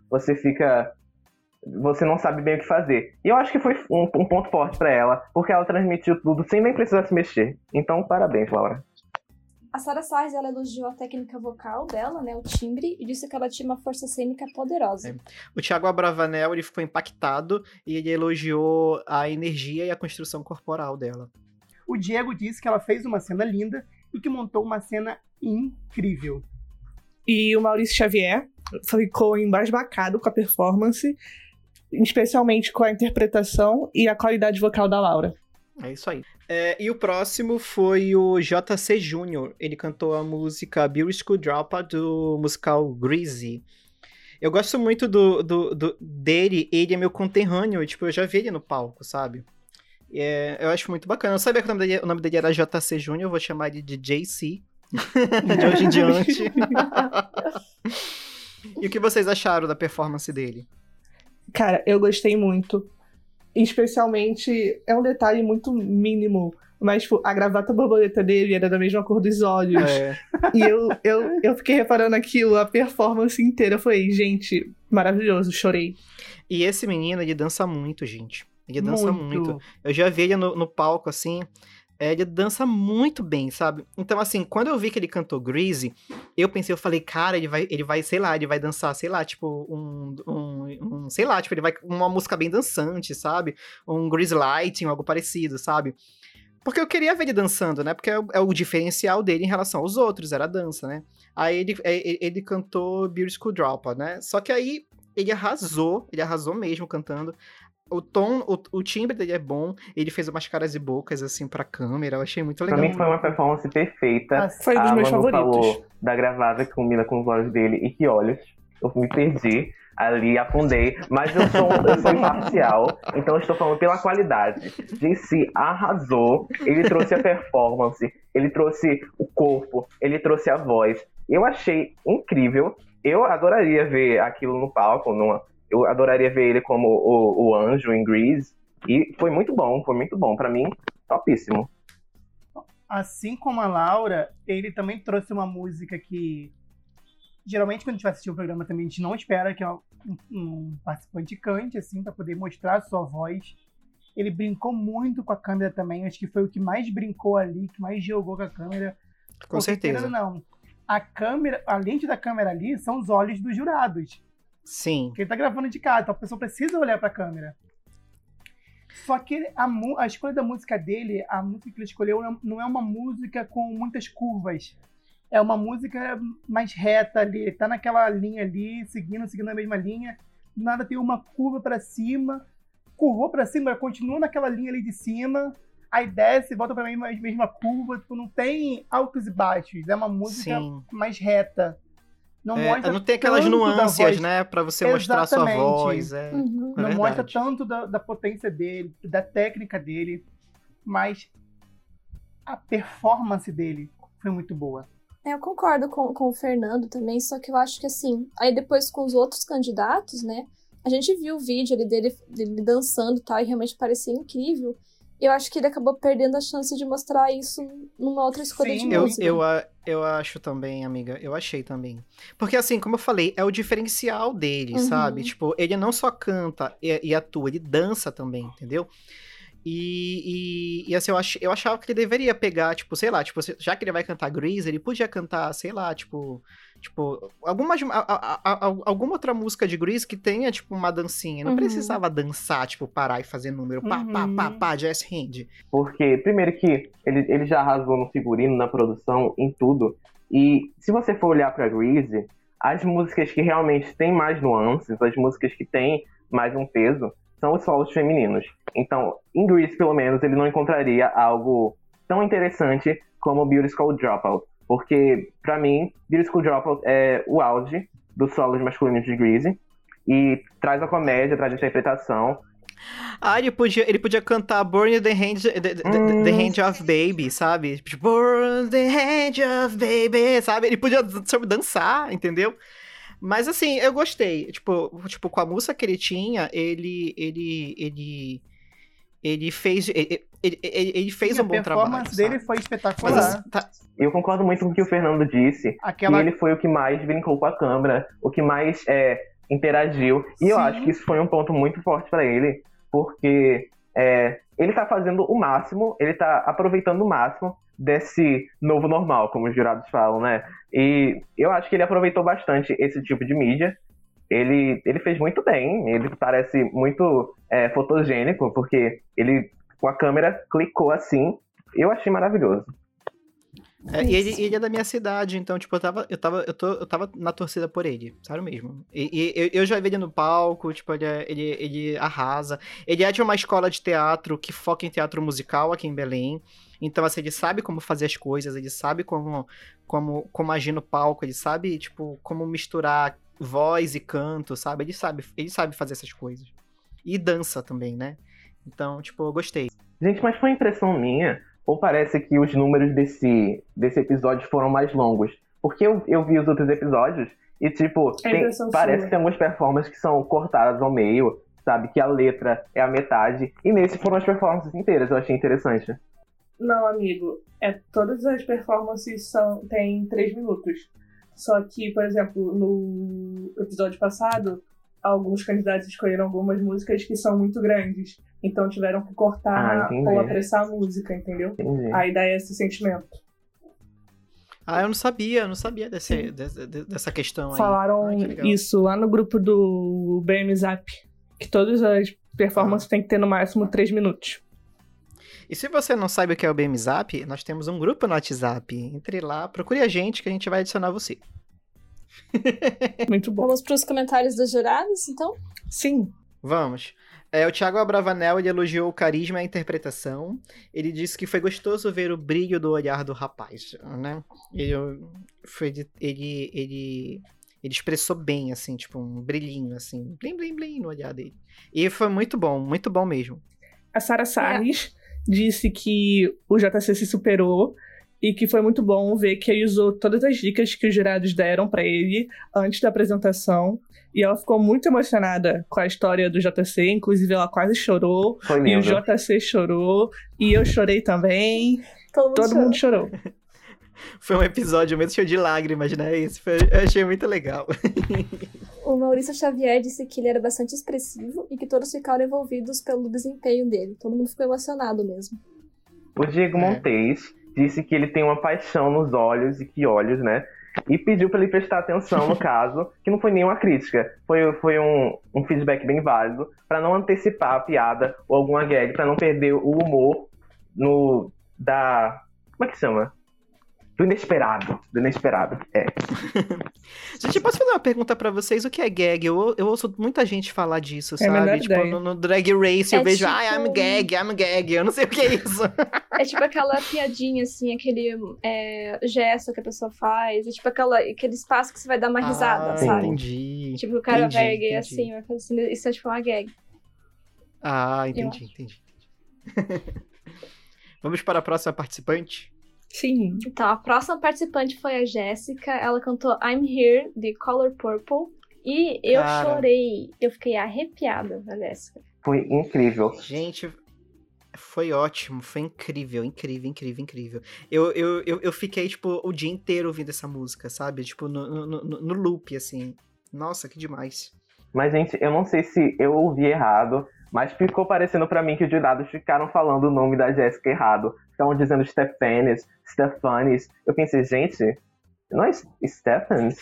Você não sabe bem o que fazer. E eu acho que foi um ponto forte pra ela, porque ela transmitiu tudo sem nem precisar se mexer. Então, parabéns, Laura. A Sarah Salles, ela elogiou a técnica vocal dela, né, o timbre, e disse que ela tinha uma força cênica poderosa. O Thiago Abravanel, ele ficou impactado e ele elogiou a energia e a construção corporal dela. O Diego disse que ela fez uma cena linda e que montou uma cena incrível. E o Maurício Xavier ficou embasbacado com a performance, especialmente com a interpretação e a qualidade vocal da Laura. É isso aí. E o próximo foi o JC Júnior. Ele cantou a música Beauty School Dropout do musical Greasy. Eu gosto muito dele. Ele é meu conterrâneo. Tipo, eu já vi ele no palco, sabe? Eu acho muito bacana. Eu sabia que o nome dele era JC Júnior. Eu vou chamar ele de JC. De hoje em diante. E o que vocês acharam da performance dele? Cara, eu gostei muito. Especialmente, é um detalhe muito mínimo, mas tipo, a gravata borboleta dele era da mesma cor dos olhos. E eu fiquei reparando aquilo, a performance inteira. Eu falei, gente, maravilhoso, chorei. E esse menino, ele dança muito, gente. Ele dança muito. Eu já vi ele no palco, assim... Ele dança muito bem, sabe? Então, assim, quando eu vi que ele cantou Greasy, eu falei, cara, ele vai, sei lá, ele vai dançar, sei lá, tipo, sei lá, tipo, ele vai, uma música bem dançante, sabe? Um Grease Lighting, algo parecido, sabe? Porque eu queria ver ele dançando, né? Porque é o diferencial dele em relação aos outros, era a dança, né? Aí ele cantou Beauty School Dropout, né? Só que aí ele arrasou mesmo cantando. O tom, o timbre dele é bom, ele fez umas caras e bocas, assim, pra câmera, eu achei muito legal. Pra mim foi uma performance perfeita. Foi um dos meus Manu favoritos. Falou da gravata que combina com os olhos dele, e que olhos. Eu me perdi ali, afundei, mas eu sou imparcial, então eu estou falando pela qualidade. JC arrasou, ele trouxe a performance, ele trouxe o corpo, ele trouxe a voz. Eu achei incrível, eu adoraria ver aquilo no palco, eu adoraria ver ele como o anjo em Grease. E foi muito bom. Pra mim, topíssimo. Assim como a Laura, ele também trouxe uma música que... Geralmente, quando a gente vai assistir o programa, também a gente não espera que um participante cante, assim, pra poder mostrar a sua voz. Ele brincou muito com a câmera também. Acho que foi o que mais brincou ali, que mais jogou com a câmera. Com certeza. Não. A câmera, a lente da câmera ali, são os olhos dos jurados. Sim. Porque ele tá gravando de casa, então a pessoa precisa olhar pra câmera. Só que a escolha da música dele, a música que ele escolheu, não é uma música com muitas curvas. É uma música mais reta ali. Ele tá naquela linha ali, seguindo a mesma linha. Nada tem uma curva pra cima. Curvou pra cima, continua naquela linha ali de cima. Aí desce, volta pra mesma curva. Tipo, não tem altos e baixos. É uma música mais reta. mostra não tem aquelas tanto da nuances, voz. né? Pra você mostrar a sua Exatamente. voz. Não mostra tanto da potência dele, da técnica dele, mas a performance dele foi muito boa. Eu concordo com o Fernando também, só que eu acho que assim, aí depois com os outros candidatos, né, a gente viu o vídeo ali dele dançando e tal, e realmente parecia incrível. Eu acho que ele acabou perdendo a chance de mostrar isso numa outra escolha de música. Eu acho também, amiga. Eu achei também. Porque, assim, como eu falei, é o diferencial dele, sabe? Tipo, ele não só canta e atua, ele dança também, entendeu? E assim, eu achava que ele deveria pegar, tipo, sei lá, tipo, já que ele vai cantar Grease, ele podia cantar, sei lá, tipo alguma outra música de Grease que tenha, tipo, uma dancinha. Não precisava dançar, tipo, parar e fazer número, pá, jazz hand. Porque, primeiro que ele já arrasou no figurino, na produção, em tudo. E se você for olhar pra Grease, as músicas que realmente têm mais nuances, as músicas que têm mais um peso, são os solos femininos. Então, em Grease, pelo menos, ele não encontraria algo tão interessante como Beauty School Dropout. Porque, pra mim, Beauty School Dropout é o auge dos solos masculinos de Grease. E traz a comédia, traz a interpretação. Ele podia cantar Burn the Hand of Baby, sabe? Tipo, Burn the Hand of Baby, sabe? Ele podia dançar, entendeu? Mas assim, eu gostei. Tipo, com a música que ele tinha, ele fez um bom trabalho. A performance dele foi espetacular. Eu concordo muito com o que o Fernando disse. Que ele foi o que mais brincou com a câmera, o que mais interagiu. E eu acho que isso foi um ponto muito forte pra ele, porque ele tá fazendo o máximo, ele tá aproveitando o máximo desse novo normal, como os jurados falam, né? E eu acho que ele aproveitou bastante esse tipo de mídia. Ele fez muito bem, ele parece muito fotogênico, porque ele, com a câmera, clicou assim. Eu achei maravilhoso. E ele é da minha cidade, então, tipo, eu tava na torcida por ele, sério mesmo. E eu já vi ele no palco, tipo, ele arrasa. Ele é de uma escola de teatro que foca em teatro musical aqui em Belém. Então, assim, ele sabe como fazer as coisas, ele sabe como agir no palco, ele sabe, tipo, como misturar voz e canto, sabe? Ele sabe fazer essas coisas. E dança também, né? Então, tipo, eu gostei. Gente, mas foi impressão minha? Ou parece que os números desse episódio foram mais longos? Porque eu vi os outros episódios e, tipo, parece que tem algumas performances que são cortadas ao meio, sabe? Que a letra é a metade. E nesse foram as performances inteiras, eu achei interessante. Não, amigo. Todas as performances têm 3 minutos. Só que, por exemplo, no episódio passado, alguns candidatos escolheram algumas músicas que são muito grandes. Então tiveram que cortar ou apressar a música, entendeu? Entendi. Aí dá esse sentimento. Eu não sabia dessa questão aí. Falaram isso lá no grupo do BMZap, que todas as performances têm que ter no máximo 3 minutos. E se você não sabe o que é o BMZap, nós temos um grupo no WhatsApp. Entre lá, procure a gente que a gente vai adicionar você. Muito bom. Vamos para os comentários dos jurados, então? Sim. Vamos. O Thiago Abravanel, ele elogiou o carisma e a interpretação. Ele disse que foi gostoso ver o brilho do olhar do rapaz, né? Ele expressou bem, assim, tipo, um brilhinho, assim, blim, blim, blim no olhar dele. E foi muito bom mesmo. A Sara Salles disse que o JC se superou e que foi muito bom ver que ele usou todas as dicas que os jurados deram pra ele antes da apresentação. E ela ficou muito emocionada com a história do JC, inclusive ela quase chorou. E o JC chorou, e eu chorei também. Todo mundo chorou. Foi um episódio muito cheio de lágrimas, né? Eu achei muito legal. O Maurício Xavier disse que ele era bastante expressivo e que todos ficaram envolvidos pelo desempenho dele. Todo mundo ficou emocionado mesmo. O Diego Montes disse que ele tem uma paixão nos olhos, e que olhos, né? E pediu pra ele prestar atenção no caso, que não foi nenhuma crítica. Foi um feedback bem válido, pra não antecipar a piada ou alguma gag, pra não perder o humor como é que chama? Do inesperado. Gente, eu posso fazer uma pergunta pra vocês? O que é gag? Eu ouço muita gente falar disso, É a menor sabe? Tipo, ideia. no Drag Race eu vejo, tipo- I'm gag. Eu não sei o que é isso. É tipo aquela piadinha, assim, aquele gesto que a pessoa faz. É tipo aquele espaço que você vai dar uma risada, sabe? Entendi. Tipo, o cara vai erguer entendi. assim, vai fazer assim. Isso é tipo uma gag. Ah, entendi. Vamos para a próxima participante? Sim. Então, a próxima participante foi a Jéssica. Ela cantou I'm Here, de Color Purple. E eu Cara. chorei. Eu fiquei arrepiada da Jéssica. Foi incrível. Gente, foi ótimo, foi incrível. Eu fiquei, tipo, o dia inteiro ouvindo essa música, sabe? Tipo, no loop, assim. Nossa, que demais. Mas, gente, eu não sei se eu ouvi errado, mas ficou parecendo pra mim que os jurados ficaram falando o nome da Jéssica errado. Estavam dizendo Stephanis. Eu pensei, gente, não é Stephens?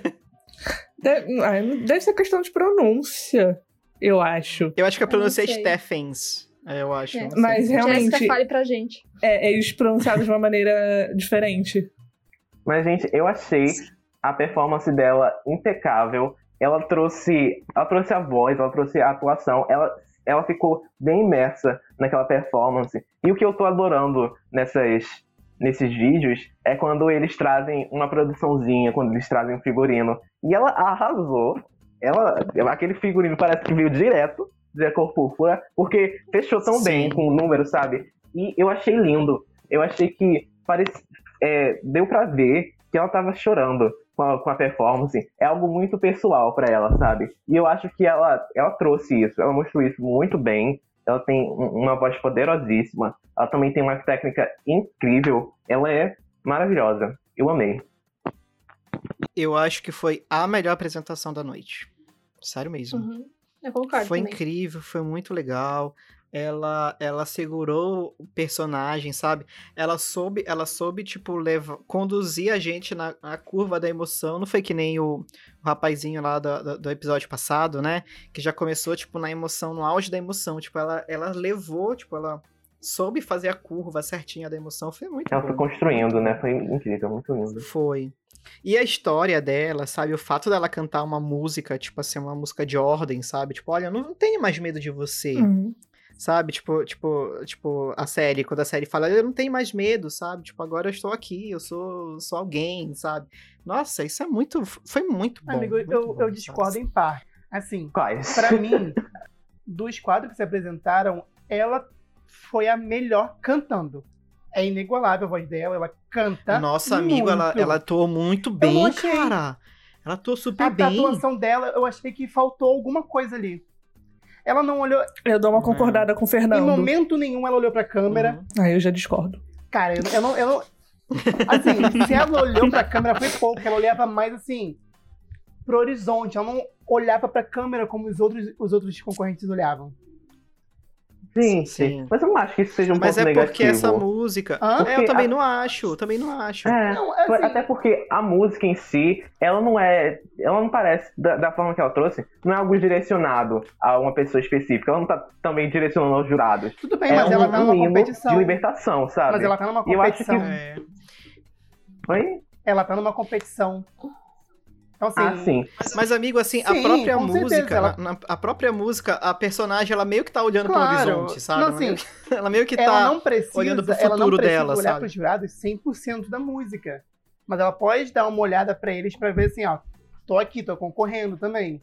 Deve ser questão de pronúncia, eu acho. Eu acho que a pronúncia é sei. Stephens. Eu acho. É. não sei. Mas realmente, Jéssica, fale pra gente. eles pronunciaram de uma maneira diferente. Mas, gente, eu achei a performance dela impecável. Ela trouxe a voz, ela trouxe a atuação. Ela ficou bem imersa naquela performance. E o que eu tô adorando nesses vídeos é quando eles trazem uma produçãozinha, quando eles trazem um figurino. E ela arrasou. Aquele figurino parece que veio direto da Cor Púrpura, porque fechou tão bem com o número, sabe? E eu achei lindo. Eu achei que deu pra ver que ela tava chorando com a performance. É algo muito pessoal pra ela, sabe? E eu acho que ela trouxe isso. Ela mostrou isso muito bem. Ela tem uma voz poderosíssima. Ela também tem uma técnica incrível. Ela é maravilhosa. Eu amei. Eu acho que foi a melhor apresentação da noite. Sério mesmo. Uhum. Eu concordo Foi também. incrível, foi muito legal. Ela segurou o personagem, sabe? Ela soube tipo, conduzir a gente na curva da emoção. Não foi que nem o rapazinho lá do episódio passado, né? Que já começou, tipo, na emoção, no auge da emoção. Tipo, ela levou, tipo, ela soube fazer a curva certinha da emoção. Foi muito Ela bom. foi construindo, né? Foi incrível, muito lindo. Foi. E a história dela, sabe? O fato dela cantar uma música, tipo assim, uma música de ordem, sabe? Tipo, olha, eu não tenho mais medo de você. Sabe? Tipo, a série, quando a série fala, eu não tenho mais medo, sabe? Tipo, agora eu estou aqui, eu sou alguém, sabe? Nossa, isso foi muito bom. Amigo, muito eu bom, discordo sabe? em parte. Assim, Quais? pra mim, dos quadros que se apresentaram, ela foi a melhor cantando. É inigualável a voz dela, ela canta Nossa, amigo, muito. ela atuou muito não bem, achei. cara. Ela atuou super A bem. atuação dela, eu achei que faltou alguma coisa ali. Ela não olhou, Eu dou uma concordada com o em Fernando. momento nenhum ela olhou pra câmera. Uhum. Aí eu já discordo. Cara, eu não... Assim, se ela olhou pra câmera foi pouco, ela olhava mais assim, pro horizonte, ela não olhava pra câmera como os outros concorrentes olhavam. Gente, Sim. mas eu não acho que isso seja um Mas ponto é negativo. porque essa música... Hã? eu Porque também não acho. Não, assim- Até porque a música em si, ela não parece, da forma que ela trouxe, não é algo direcionado a uma pessoa específica. Ela não tá também direcionando aos jurados. Tudo bem, mas ela tá numa hino competição. de libertação, sabe? Mas ela tá numa E eu acho competição. que- Oi? Ela tá numa competição. Então, assim, Ah, sim. Mas, amigo, assim, a Sim, própria com certeza, música, ela- a própria música, a personagem, ela meio que tá olhando pro Claro. horizonte, sabe? Não, Ela assim, meio que- ela meio que ela tá não precisa, olhando pro ela não futuro precisa dela, olhar sabe? pros jurados 100% da música. Mas ela pode dar uma olhada pra eles pra ver assim, ó, tô aqui, tô concorrendo também.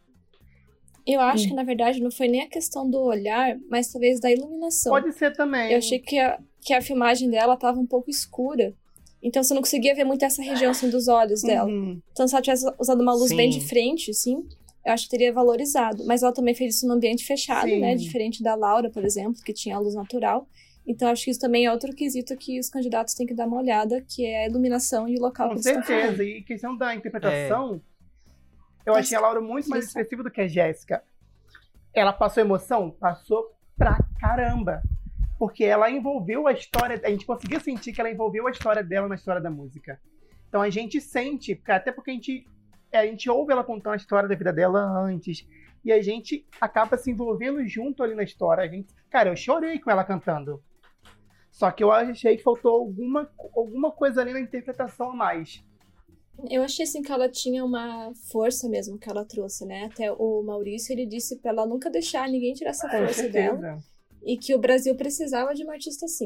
Eu acho que, na verdade, não foi nem a questão do olhar, mas talvez da iluminação. Pode ser também. Eu achei que a filmagem dela tava um pouco escura. Então você não conseguia ver muito essa região assim, dos olhos dela. Uhum. Então se ela tivesse usado uma luz Sim. bem de frente, assim, eu acho que teria valorizado. Mas ela também fez isso num ambiente fechado, Sim. né? Diferente da Laura, por exemplo, que tinha a luz natural. Então acho que isso também é outro quesito que os candidatos têm que dar uma olhada, que é a iluminação e o local Com que eles estão falando. certeza. E questão da interpretação, eu achei a Laura muito mais Isso. expressiva do que a Jéssica. Ela passou emoção? Passou pra caramba. Porque ela envolveu a história, a gente conseguia sentir que ela envolveu a história dela na história da música. Então a gente sente, até porque a gente ouve ela contando a história da vida dela antes, e a gente acaba se envolvendo junto ali na história. Cara, eu chorei com ela cantando. Só que eu achei que faltou alguma coisa ali na interpretação a mais. Eu achei assim que ela tinha uma força mesmo que ela trouxe, né? Até o Maurício, ele disse pra ela nunca deixar ninguém tirar essa força dela. E que o Brasil precisava de uma artista assim.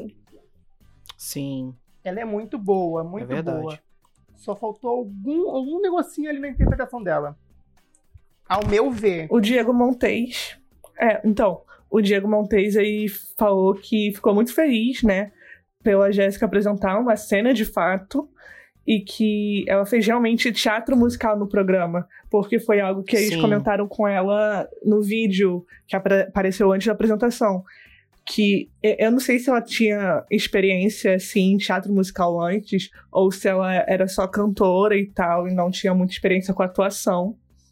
Sim. Ela é muito boa, muito verdade. boa. Só faltou algum negocinho ali na interpretação dela. Ao meu ver. O Diego Montes. O Diego Montes aí falou que ficou muito feliz, né? Pela Jéssica apresentar uma cena de fato. E que ela fez realmente teatro musical no programa. Porque foi algo que eles comentaram com ela no vídeo que apareceu antes da apresentação. Que eu não sei se ela tinha experiência, assim, em teatro musical antes, ou se ela era só cantora e tal, e não tinha muita experiência com atuação.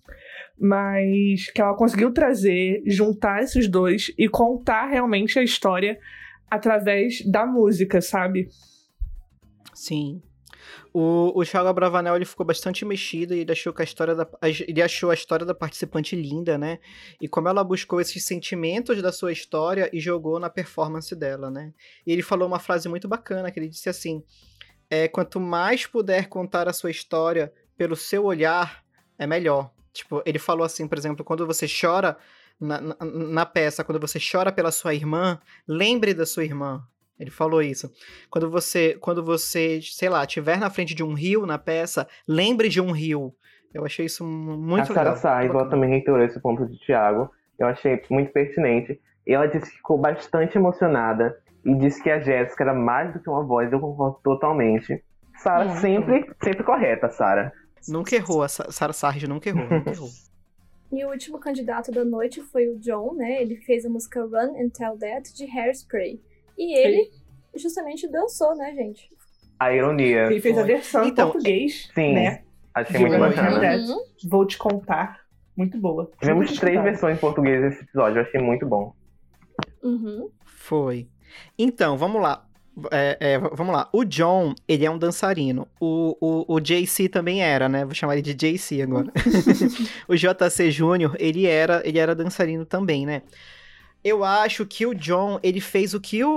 Mas que ela conseguiu juntar esses dois e contar realmente a história através da música, sabe? Sim. O Thiago Abravanel, ele ficou bastante mexido e ele achou a história da participante linda, né? E como ela buscou esses sentimentos da sua história e jogou na performance dela, né? E ele falou uma frase muito bacana, que ele disse assim, quanto mais puder contar a sua história pelo seu olhar, é melhor. Tipo, ele falou assim, por exemplo, quando você chora na peça, quando você chora pela sua irmã, lembre da sua irmã. Ele falou isso. Quando você, sei lá, estiver na frente de um rio na peça, lembre de um rio. Eu achei isso muito legal. A Sarah Saiva também reiterou esse ponto de Thiago. Eu achei muito pertinente. E ela disse que ficou bastante emocionada e disse que a Jéssica era mais do que uma voz. Eu concordo totalmente. Sarah sempre correta, Sarah. Nunca errou, a Sarah Sarge nunca errou. E o último candidato da noite foi o John, né? Ele fez a música Run and Tell That de Hairspray. E ele justamente dançou, né, gente? A ironia. Ele fez a versão em português, né? Achei muito bacana. Vou te contar. Muito boa. Tivemos 3 versões em português nesse episódio. Eu achei muito bom. Foi. Então, vamos lá. Vamos lá. O John, ele é um dançarino. O JC também era, né? Vou chamar ele de JC agora. O JC Júnior, ele era dançarino também, né? Eu acho que o John, ele fez o que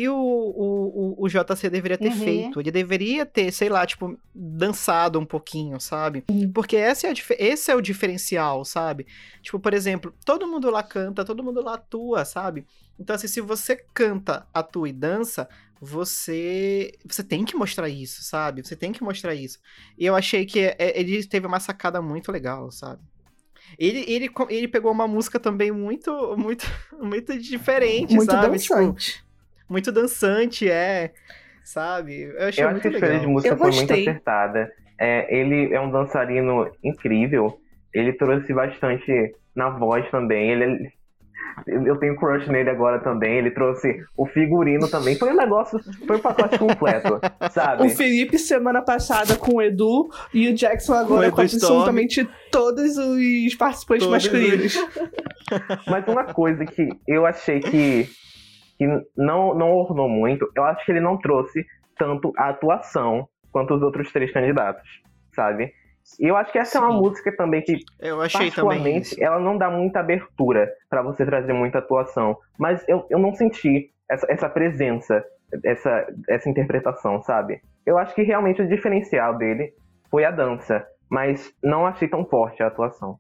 o JC deveria ter feito. Ele deveria ter, sei lá, tipo, dançado um pouquinho, sabe? Porque esse é o diferencial, sabe? Tipo, por exemplo, todo mundo lá canta, todo mundo lá atua, sabe? Então, assim, se você canta, atua e dança, você tem que mostrar isso, sabe? Você tem que mostrar isso. E eu achei que ele teve uma sacada muito legal, sabe? Ele pegou uma música também muito diferente, muito sabe? Dançante. Tipo, muito dançante, sabe? Eu achei muito legal. Eu acho que a escolha de música foi muito acertada. Ele é um dançarino incrível. Ele trouxe bastante na voz também. Eu tenho crush nele agora também. Ele trouxe o figurino também. Foi um pacote completo, sabe? O Felipe semana passada com o Edu e o Jackson agora com absolutamente todos os participantes masculinos. Mas uma coisa que eu achei que não ornou muito, eu acho que ele não trouxe tanto a atuação quanto os outros 3 candidatos, sabe? E eu acho que essa é uma música também que, eu achei particularmente, também ela não dá muita abertura pra você trazer muita atuação. Mas eu não senti essa presença, essa interpretação, sabe? Eu acho que realmente o diferencial dele foi a dança, mas não achei tão forte a atuação.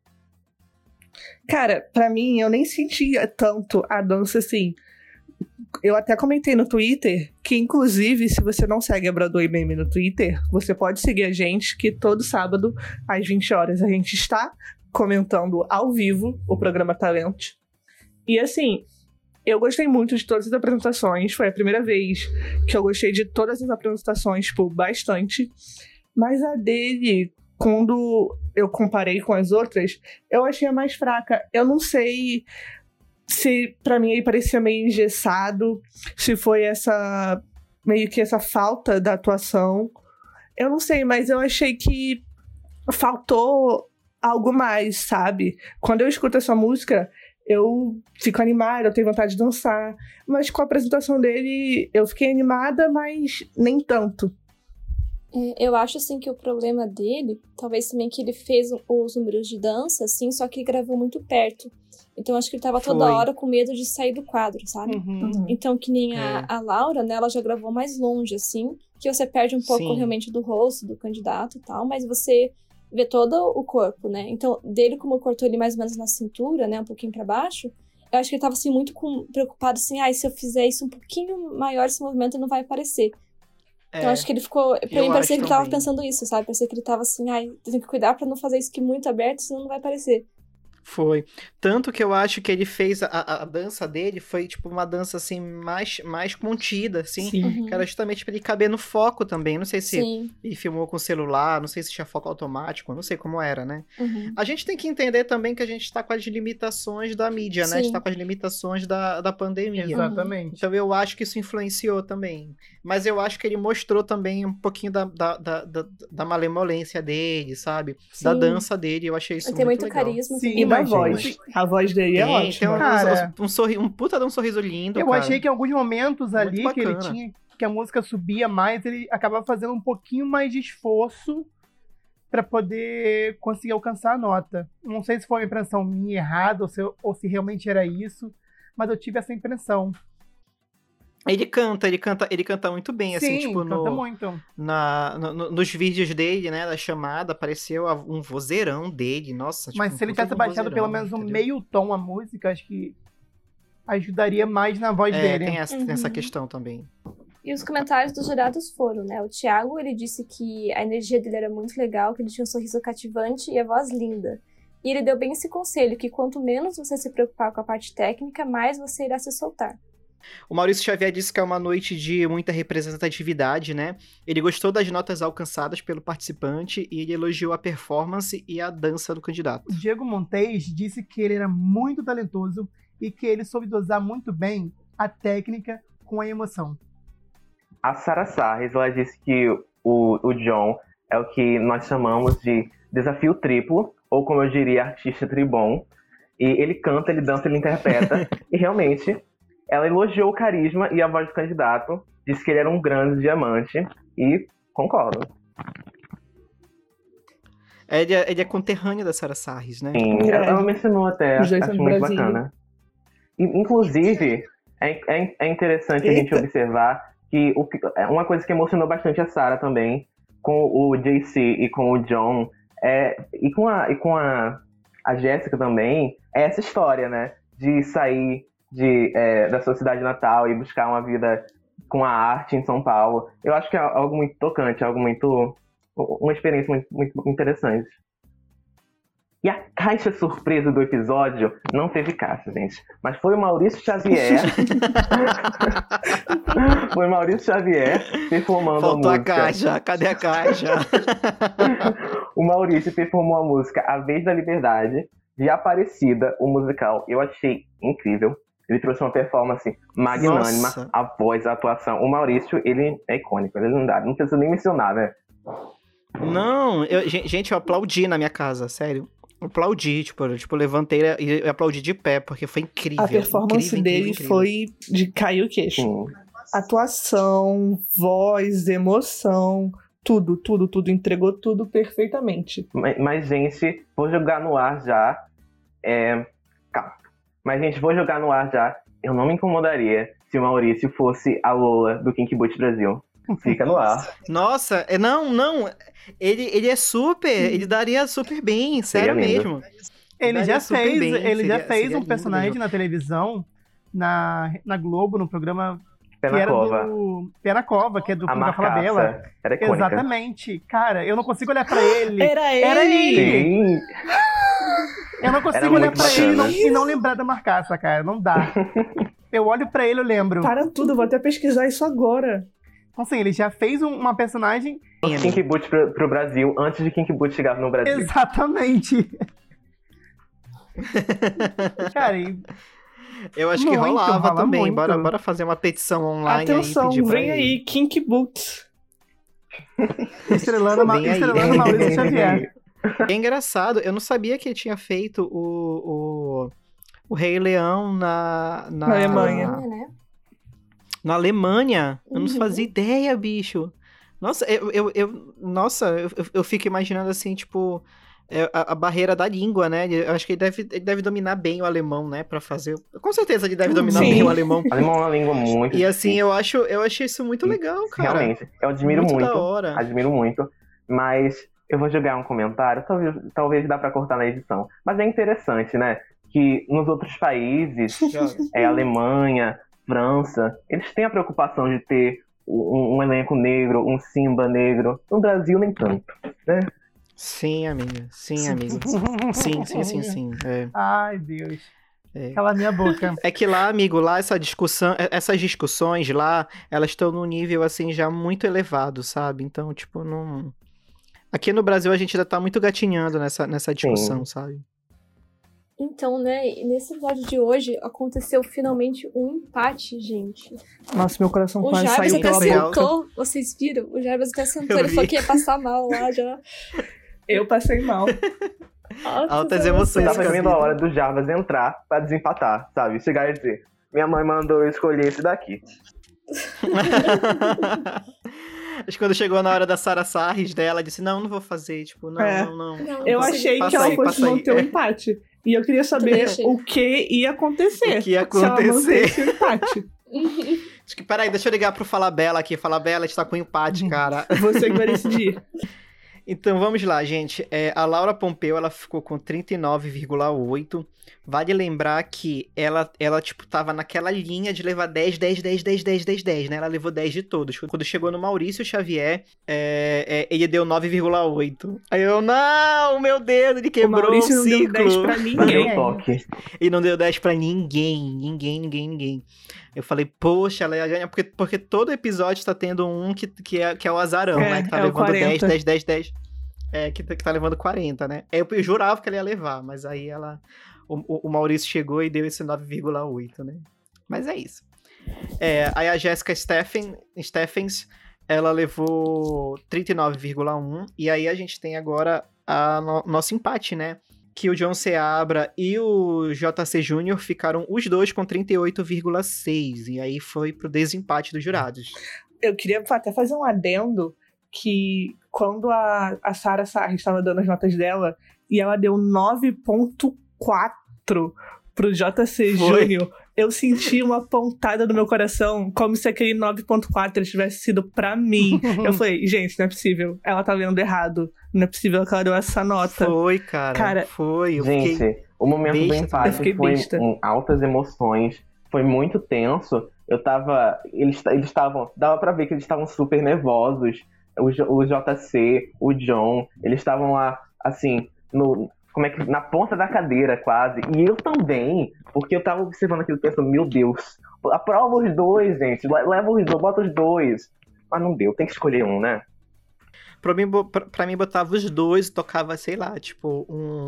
Cara, pra mim, eu nem sentia tanto a dança assim. Eu até comentei no Twitter que, inclusive, se você não segue a Broadway Meme no Twitter, você pode seguir a gente, que todo sábado, às 20 horas, a gente está comentando ao vivo o programa Talent. E, assim, eu gostei muito de todas as apresentações. Foi a primeira vez que eu gostei de todas as apresentações, tipo, bastante. Mas a dele, quando eu comparei com as outras, eu achei a mais fraca. Eu não sei se pra mim ele parecia meio engessado, se foi meio que essa falta da atuação. Eu não sei, mas eu achei que faltou algo mais, sabe? Quando eu escuto essa música, eu fico animada, eu tenho vontade de dançar. Mas com a apresentação dele, eu fiquei animada, mas nem tanto. Eu acho, assim, que o problema dele, talvez também que ele fez os números de dança, assim, só que ele gravou muito perto. Então, acho que ele tava toda hora com medo de sair do quadro, sabe? Então, que nem a Laura, né, ela já gravou mais longe, assim, que você perde um pouco realmente do rosto do candidato e tal, mas você vê todo o corpo, né? Então, dele, como cortou ele mais ou menos na cintura, né, um pouquinho pra baixo, eu acho que ele tava, assim, muito preocupado, assim, se eu fizer isso um pouquinho maior, esse movimento não vai aparecer. Então, acho que ele ficou... Pra mim, parecia que ele tava pensando isso, sabe? Parecia que ele tava assim, tem que cuidar pra não fazer isso aqui muito aberto, senão não vai aparecer. Foi. Tanto que eu acho que ele fez a dança dele foi, tipo, uma dança, assim, mais contida, assim. Que era justamente pra ele caber no foco também. Não sei se ele filmou com o celular, não sei se tinha foco automático, não sei como era, né? A gente tem que entender também que a gente tá com as limitações da mídia, né? A gente tá com as limitações da pandemia. Exatamente. Então eu acho que isso influenciou também. Mas eu acho que ele mostrou também um pouquinho da malemolência dele, sabe? Da dança dele. Eu achei isso muito legal. Tem muito carisma. Sim, e da voz. A voz dele é ótima. Um puta de um sorriso lindo, Eu achei que em alguns momentos ali que ele tinha, que a música subia mais, ele acabava fazendo um pouquinho mais de esforço pra poder conseguir alcançar a nota. Não sei se foi uma impressão minha errada ou se realmente era isso, mas eu tive essa impressão. Ele canta muito bem, assim, tipo, canta muito. Nos vídeos dele, né, da chamada, apareceu um vozeirão dele, nossa. Mas se ele tivesse baixado pelo menos um meio tom a música, acho que ajudaria mais na voz dele. Tem essa questão também. E os comentários dos jurados foram, né, o Thiago, ele disse que a energia dele era muito legal, que ele tinha um sorriso cativante e a voz linda. E ele deu bem esse conselho, que quanto menos você se preocupar com a parte técnica, mais você irá se soltar. O Maurício Xavier disse que é uma noite de muita representatividade, né? Ele gostou das notas alcançadas pelo participante e ele elogiou a performance e a dança do candidato. O Diego Montes disse que ele era muito talentoso e que ele soube dosar muito bem a técnica com a emoção. A Sarah Sarres, ela disse que o John é o que nós chamamos de desafio triplo, ou como eu diria, artista tribom. E ele canta, ele dança, ele interpreta. E realmente... ela elogiou o carisma e a voz do candidato, disse que ele era um grande diamante, e concordo. Ele é conterrâneo da Sarah Sarres, né? Sim, ela mencionou até, acho muito bacana. E, inclusive, é interessante a gente observar que uma coisa que emocionou bastante a Sarah também, com o JC e com o John, e com a Jéssica também, é essa história, né? De sair da sua cidade natal e buscar uma vida com a arte em São Paulo. Eu acho que é algo muito tocante, uma experiência muito, muito interessante. E a caixa surpresa do episódio não teve caixa, gente. Mas foi o Maurício Xavier. Foi o Maurício Xavier performando a música. Faltou a caixa, cadê a caixa? O Maurício performou a música A Vez da Liberdade, de Aparecida, o musical. Eu achei incrível. Ele trouxe uma performance magnânima, Nossa. A voz, a atuação. O Maurício, ele é icônico, ele não precisa nem mencionar, né? Não, gente, eu aplaudi na minha casa, sério. Eu aplaudi, tipo, levantei e aplaudi de pé, porque foi incrível. A performance dele foi de cair o queixo. Atuação, voz, emoção, tudo, entregou tudo perfeitamente. Mas gente, vou jogar no ar já. Calma. Mas, gente, vou jogar no ar já. Eu não me incomodaria se o Maurício fosse a Lola do Kinky Boots Brasil. Fica no ar. Nossa, não. Ele é super. Ele daria super bem, sério mesmo. Ele já fez um personagem na televisão, na Globo, no programa Pé na Cova. Pé na Cova, que é do Falabella. Era icônica. Exatamente. Cara, eu não consigo olhar pra ele. Era ele! Sim. Eu não consigo olhar pra ele e não lembrar da Marcaça, cara. Não dá. Eu olho pra ele, eu lembro. Para tudo, vou até pesquisar isso agora. Então, assim, ele já fez uma personagem... Kinky Boots pro Brasil, antes de Kinky Boots chegar no Brasil. Exatamente. Cara, eu acho que rolava também. Bora fazer uma petição online. Atenção, aí, vem aí, Kinky Boots. Estrelando Maurício Xavier. É engraçado, eu não sabia que ele tinha feito o Rei Leão na Alemanha. Na Alemanha? Eu não fazia ideia, bicho. Nossa, eu fico imaginando assim, tipo, a barreira da língua, né? Eu acho que ele deve dominar bem o alemão, né? Pra fazer. Com certeza ele deve dominar bem o alemão. O alemão é uma língua muito E assim, difícil. eu achei isso muito legal, cara. Realmente, eu admiro Muito muito. da hora. Admiro muito. Mas eu vou jogar um comentário, talvez dá pra cortar na edição. Mas é interessante, né? Que nos outros países, Alemanha, França, eles têm a preocupação de ter um elenco negro, um Simba negro. No Brasil, nem tanto, né? Sim, amiga. Sim, amigo. Sim. É. Ai, Deus. Cala minha boca. É que lá, amigo, lá essas discussões lá, elas estão num nível, assim, já muito elevado, sabe? Então, tipo, não... Aqui no Brasil a gente ainda tá muito gatinhando nessa discussão, sabe? Então, né, nesse episódio de hoje aconteceu finalmente um empate, gente. Nossa, meu coração O quase Jarbas saiu até pela boca. sentou, vocês viram? O Jarbas até sentou, Eu ele falou vi. que ia passar mal lá já. Eu passei mal. Nossa, Altas emoções. Tava Sim. vendo a hora do Jarbas entrar pra desempatar, sabe? Chegar e dizer, minha mãe mandou eu escolher esse daqui. Acho que quando chegou na hora da Sarah Sarris dela, ela disse, não vou fazer, tipo, não. Eu achei que ela fosse manter o empate. E eu queria Também saber achei. o que ia acontecer. O que ia Se ela acontecer. mantesse o empate. Acho que, peraí, deixa eu ligar pro Falabella aqui. Falabella, a gente tá com empate, cara. Você que vai decidir. Então, vamos lá, gente. A Laura Pompeu, ela ficou com 39,8. Vale lembrar que ela, tipo, tava naquela linha de levar 10, né? Ela levou 10 de todos. Quando chegou no Maurício Xavier, ele deu 9,8. Aí eu, não, meu Deus, ele quebrou o Maurício não deu ciclo. 10 pra Deu ninguém. toque. E não deu 10 pra ninguém. Eu falei, poxa, ela ia ganhar, porque todo episódio tá tendo um que é o azarão, né? Que tá é o levando 10, 40. 10. Que tá levando 40, né? Eu jurava que ela ia levar, mas aí o Maurício chegou e deu esse 9,8, né? Mas é isso. Aí a Jéssica Steffens, ela levou 39,1. E aí a gente tem agora nosso empate, né? Que o John Seabra e o JC Júnior ficaram os dois com 38,6. E aí foi pro desempate dos jurados. Eu queria até fazer um adendo que quando a Sarah Sarris estava dando as notas dela e ela deu 9,4 pro JC Júnior, eu senti uma pontada no meu coração, como se aquele 9,4 tivesse sido pra mim. Eu falei, gente, não é possível. Ela tá lendo errado. Não é possível que ela deu essa nota. Foi, cara. Foi. Eu Gente, o momento do besta. empate Eu fiquei foi besta. em altas emoções. Foi muito tenso. Eles estavam... Dava pra ver que eles estavam super nervosos. O JC, o John, eles estavam lá, assim, na ponta da cadeira, quase. E eu também, porque eu tava observando aquilo pensando, meu Deus, aprova os dois, gente, leva os dois, bota os dois. Mas não deu, tem que escolher um, né? Pra mim, botava os dois e tocava, sei lá, tipo,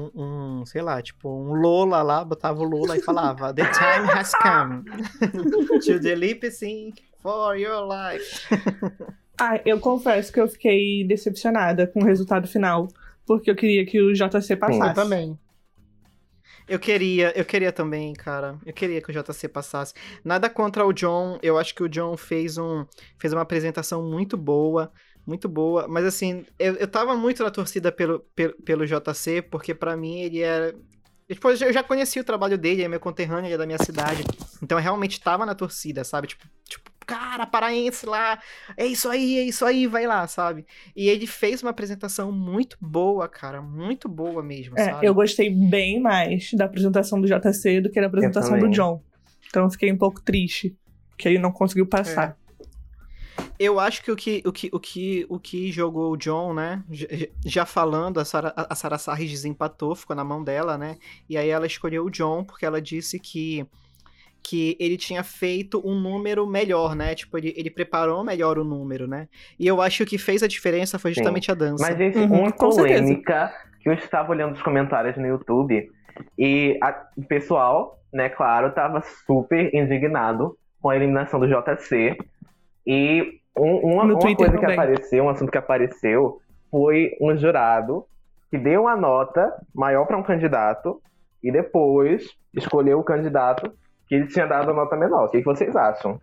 um Lola lá, botava o Lola e falava, The time has come to the lip sync for your life. Eu confesso que eu fiquei decepcionada com o resultado final, porque eu queria que o JC passasse. Eu também. Eu queria também, cara. Eu queria que o JC passasse. Nada contra o John. Eu acho que o John fez uma apresentação muito boa, mas assim, eu tava muito na torcida pelo JC, porque pra mim ele era... Depois eu já conheci o trabalho dele, é meu conterrâneo, ele é da minha cidade. Então eu realmente tava na torcida, sabe? Tipo, cara, paraense lá, é isso aí, vai lá, sabe? E ele fez uma apresentação muito boa, cara, muito boa mesmo, sabe? Eu gostei bem mais da apresentação do JC do que da apresentação do John. Então eu fiquei um pouco triste que ele não conseguiu passar. Eu acho que o que jogou o John, né? Já falando, a Sarah Sarris desempatou, ficou na mão dela, né? E aí ela escolheu o John porque ela disse que ele tinha feito um número melhor, né? Tipo, ele preparou melhor o número, né? E eu acho que o que fez a diferença foi justamente a dança. Mas, gente, uma polêmica que eu estava olhando os comentários no YouTube e o pessoal, né, claro, tava super indignado com a eliminação do JC. E uma coisa que apareceu, um assunto que apareceu, foi um jurado que deu uma nota maior para um candidato e depois escolheu o candidato que ele tinha dado a nota menor. O que vocês acham?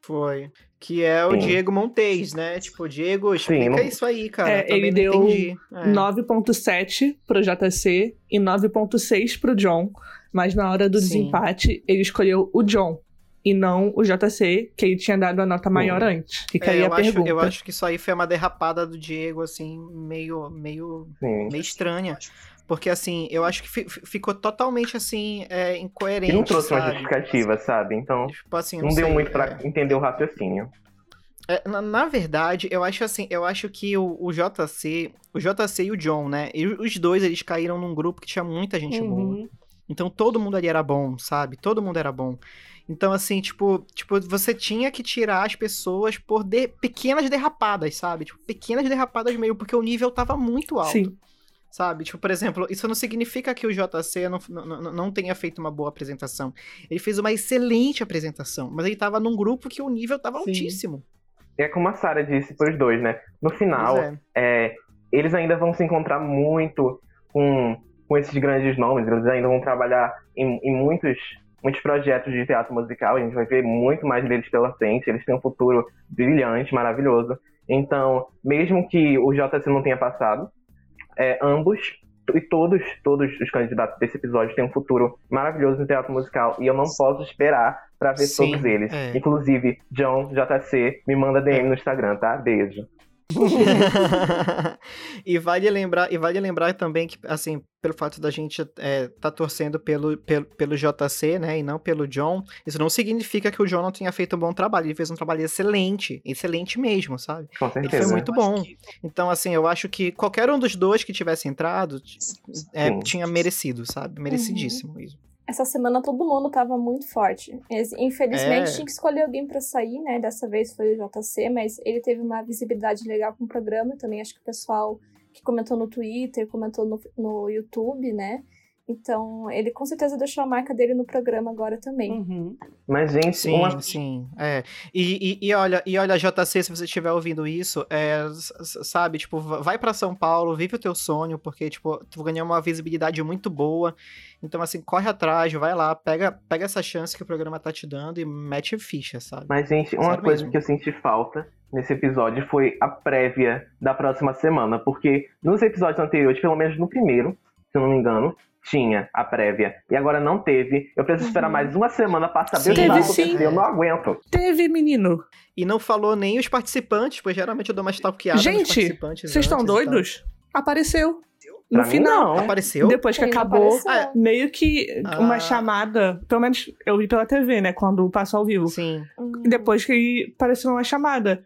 Foi. Que é o Sim. Diego Montes, né? Tipo, Diego, explica não- isso aí, cara. Ele Também deu não entendi. 9.7 pro JC e 9.6 pro John. Mas na hora do Sim. desempate, ele escolheu o John. E não o JC, que ele tinha dado a nota maior antes. Fica aí a pergunta. Eu acho que isso aí foi uma derrapada do Diego, assim, meio Sim. estranha. Porque, assim, eu acho que ficou totalmente, assim, incoerente, E não trouxe uma sabe? justificativa, sabe? Então, Tipo assim, não deu sei, muito pra entender o raciocínio. Na verdade, eu acho que o JC e o John, né? E os dois, eles caíram num grupo que tinha muita gente boa. Então todo mundo ali era bom, sabe? Todo mundo era bom. Então, assim, tipo, você tinha que tirar as pessoas por pequenas derrapadas, sabe? Tipo, pequenas derrapadas meio, porque o nível tava muito alto. Sim. Sabe? Tipo, por exemplo, isso não significa que o JC não tenha feito uma boa apresentação. Ele fez uma excelente apresentação, mas ele tava num grupo que o nível tava altíssimo. É como a Sarah disse pros dois, né? No final, Pois eles ainda vão se encontrar muito com esses grandes nomes, eles ainda vão trabalhar em muitos projetos de teatro musical, a gente vai ver muito mais deles pela frente, eles têm um futuro brilhante, maravilhoso. Então, mesmo que o JC não tenha passado, ambos e todos os candidatos desse episódio têm um futuro maravilhoso no teatro musical e eu não posso esperar pra ver todos eles. Inclusive, John, JC, me manda DM no Instagram, tá? Beijo. E vale lembrar também que, assim, pelo fato da gente tá torcendo pelo JC, né, e não pelo John, isso não significa que o John não tenha feito um bom trabalho. Ele fez um trabalho excelente mesmo, sabe? Com certeza. Ele foi muito bom. Então, assim, eu acho que qualquer um dos dois que tivesse entrado tinha merecido, sabe? Merecidíssimo mesmo. Essa semana todo mundo tava muito forte. Infelizmente tinha que escolher alguém pra sair, né? Dessa vez foi o JC, mas ele teve uma visibilidade legal com o programa. Também acho que o pessoal que comentou no Twitter, comentou no YouTube, né? Então, ele com certeza deixou a marca dele no programa agora também. Mas, gente, Sim. E olha, JC, se você estiver ouvindo isso, sabe, tipo, vai pra São Paulo, vive o teu sonho, porque, tipo, tu ganhou uma visibilidade muito boa. Então, assim, corre atrás, vai lá, pega essa chance que o programa tá te dando e mete ficha, sabe? Mas, gente, uma coisa que eu senti falta nesse episódio foi a prévia da próxima semana, porque nos episódios anteriores, pelo menos no primeiro, se eu não me engano, tinha a prévia. E agora não teve. Eu preciso esperar mais uma semana pra saber o que vai acontecer. Eu não aguento. Teve, menino. E não falou nem os participantes, pois geralmente eu dou uma stalkeada nos Gente, participantes. vocês estão doidos? Apareceu. No final. Não. Apareceu? Depois que Ele acabou, apareceu. meio que uma chamada. Pelo menos eu vi pela TV, né? Quando passou ao vivo. Sim. Depois que apareceu uma chamada.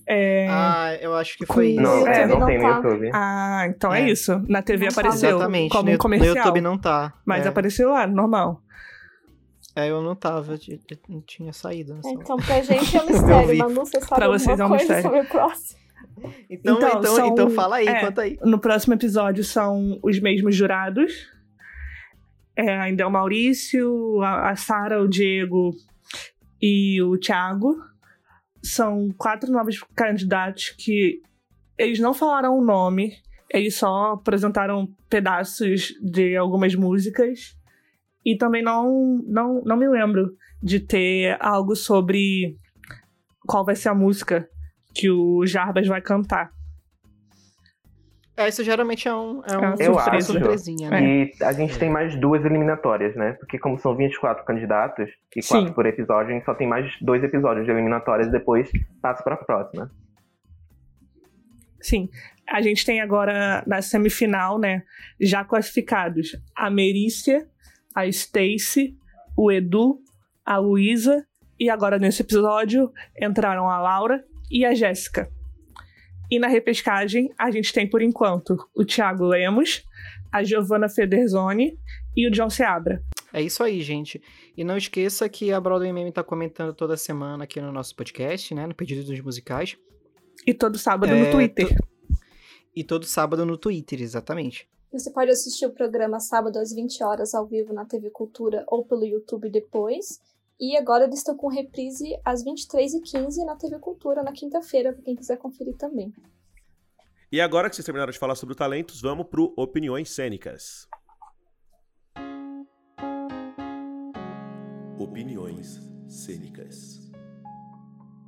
Eu acho que foi isso. Não, YouTube não não tem no tá. YouTube. Então é isso. Na TV Não tá. apareceu Exatamente. como um No comercial. YouTube não tá. Mas apareceu lá, normal. Eu não tava, eu não tinha saído. Então, pra gente é um Eu mistério. vi. Manu, você sabe Pra vocês alguma é um coisa mistério. sobre o próximo? Então fala aí, conta aí. No próximo episódio são os mesmos jurados. Ainda é o Maurício, a Sarah, o Diego e o Thiago. São 4 novos candidatos que eles não falaram o nome, eles só apresentaram pedaços de algumas músicas. E também não me lembro de ter algo sobre qual vai ser a música que o Jarbas vai cantar. Isso geralmente é uma Eu acho surpresinha, né? E a gente tem mais 2 eliminatórias, né? Porque como são 24 candidatos e 4 por episódio, a gente só tem mais 2 episódios de eliminatórias e depois passa pra próxima. Sim. A gente tem agora na semifinal, né, já classificados a Merícia, a Stacy, o Edu, a Luísa e agora nesse episódio entraram a Laura e a Jéssica. E na repescagem, a gente tem, por enquanto, o Thiago Lemos, a Giovanna Federzoni e o John Seabra. É isso aí, gente. E não esqueça que a Broadway Meme tá comentando toda semana aqui no nosso podcast, né? No Pedido dos Musicais. E todo sábado no Twitter. E todo sábado no Twitter, exatamente. Você pode assistir o programa sábado às 20 horas ao vivo na TV Cultura ou pelo YouTube depois. E agora eles estão com reprise às 23h15 na TV Cultura na quinta-feira, pra quem quiser conferir também. E agora que vocês terminaram de falar sobre talentos, vamos pro Opiniões Cênicas. Opiniões Cênicas.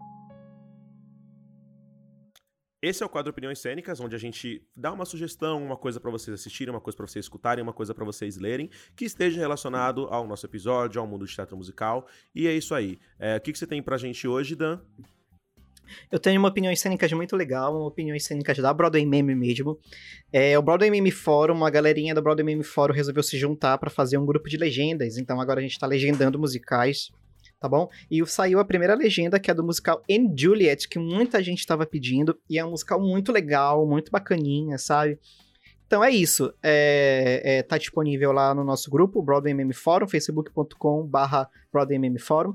Esse é o quadro Opiniões Cênicas, onde a gente dá uma sugestão, uma coisa pra vocês assistirem, uma coisa pra vocês escutarem, uma coisa pra vocês lerem, que esteja relacionado ao nosso episódio, ao mundo de teatro musical. E é isso aí. O que você tem pra gente hoje, Dan? Eu tenho uma opinião cênicas muito legal, uma opinião cênicas da Broadway Meme mesmo. O Broadway Meme Forum, a galerinha do Broadway Meme Forum resolveu se juntar para fazer um grupo de legendas, então agora a gente tá legendando musicais, tá bom? E saiu a primeira legenda, que é do musical & Juliet, que muita gente tava pedindo, e é um musical muito legal, muito bacaninha, sabe? Então é isso, tá disponível lá no nosso grupo, Broadway Meme Forum, facebook.com/Broadway Meme Forum.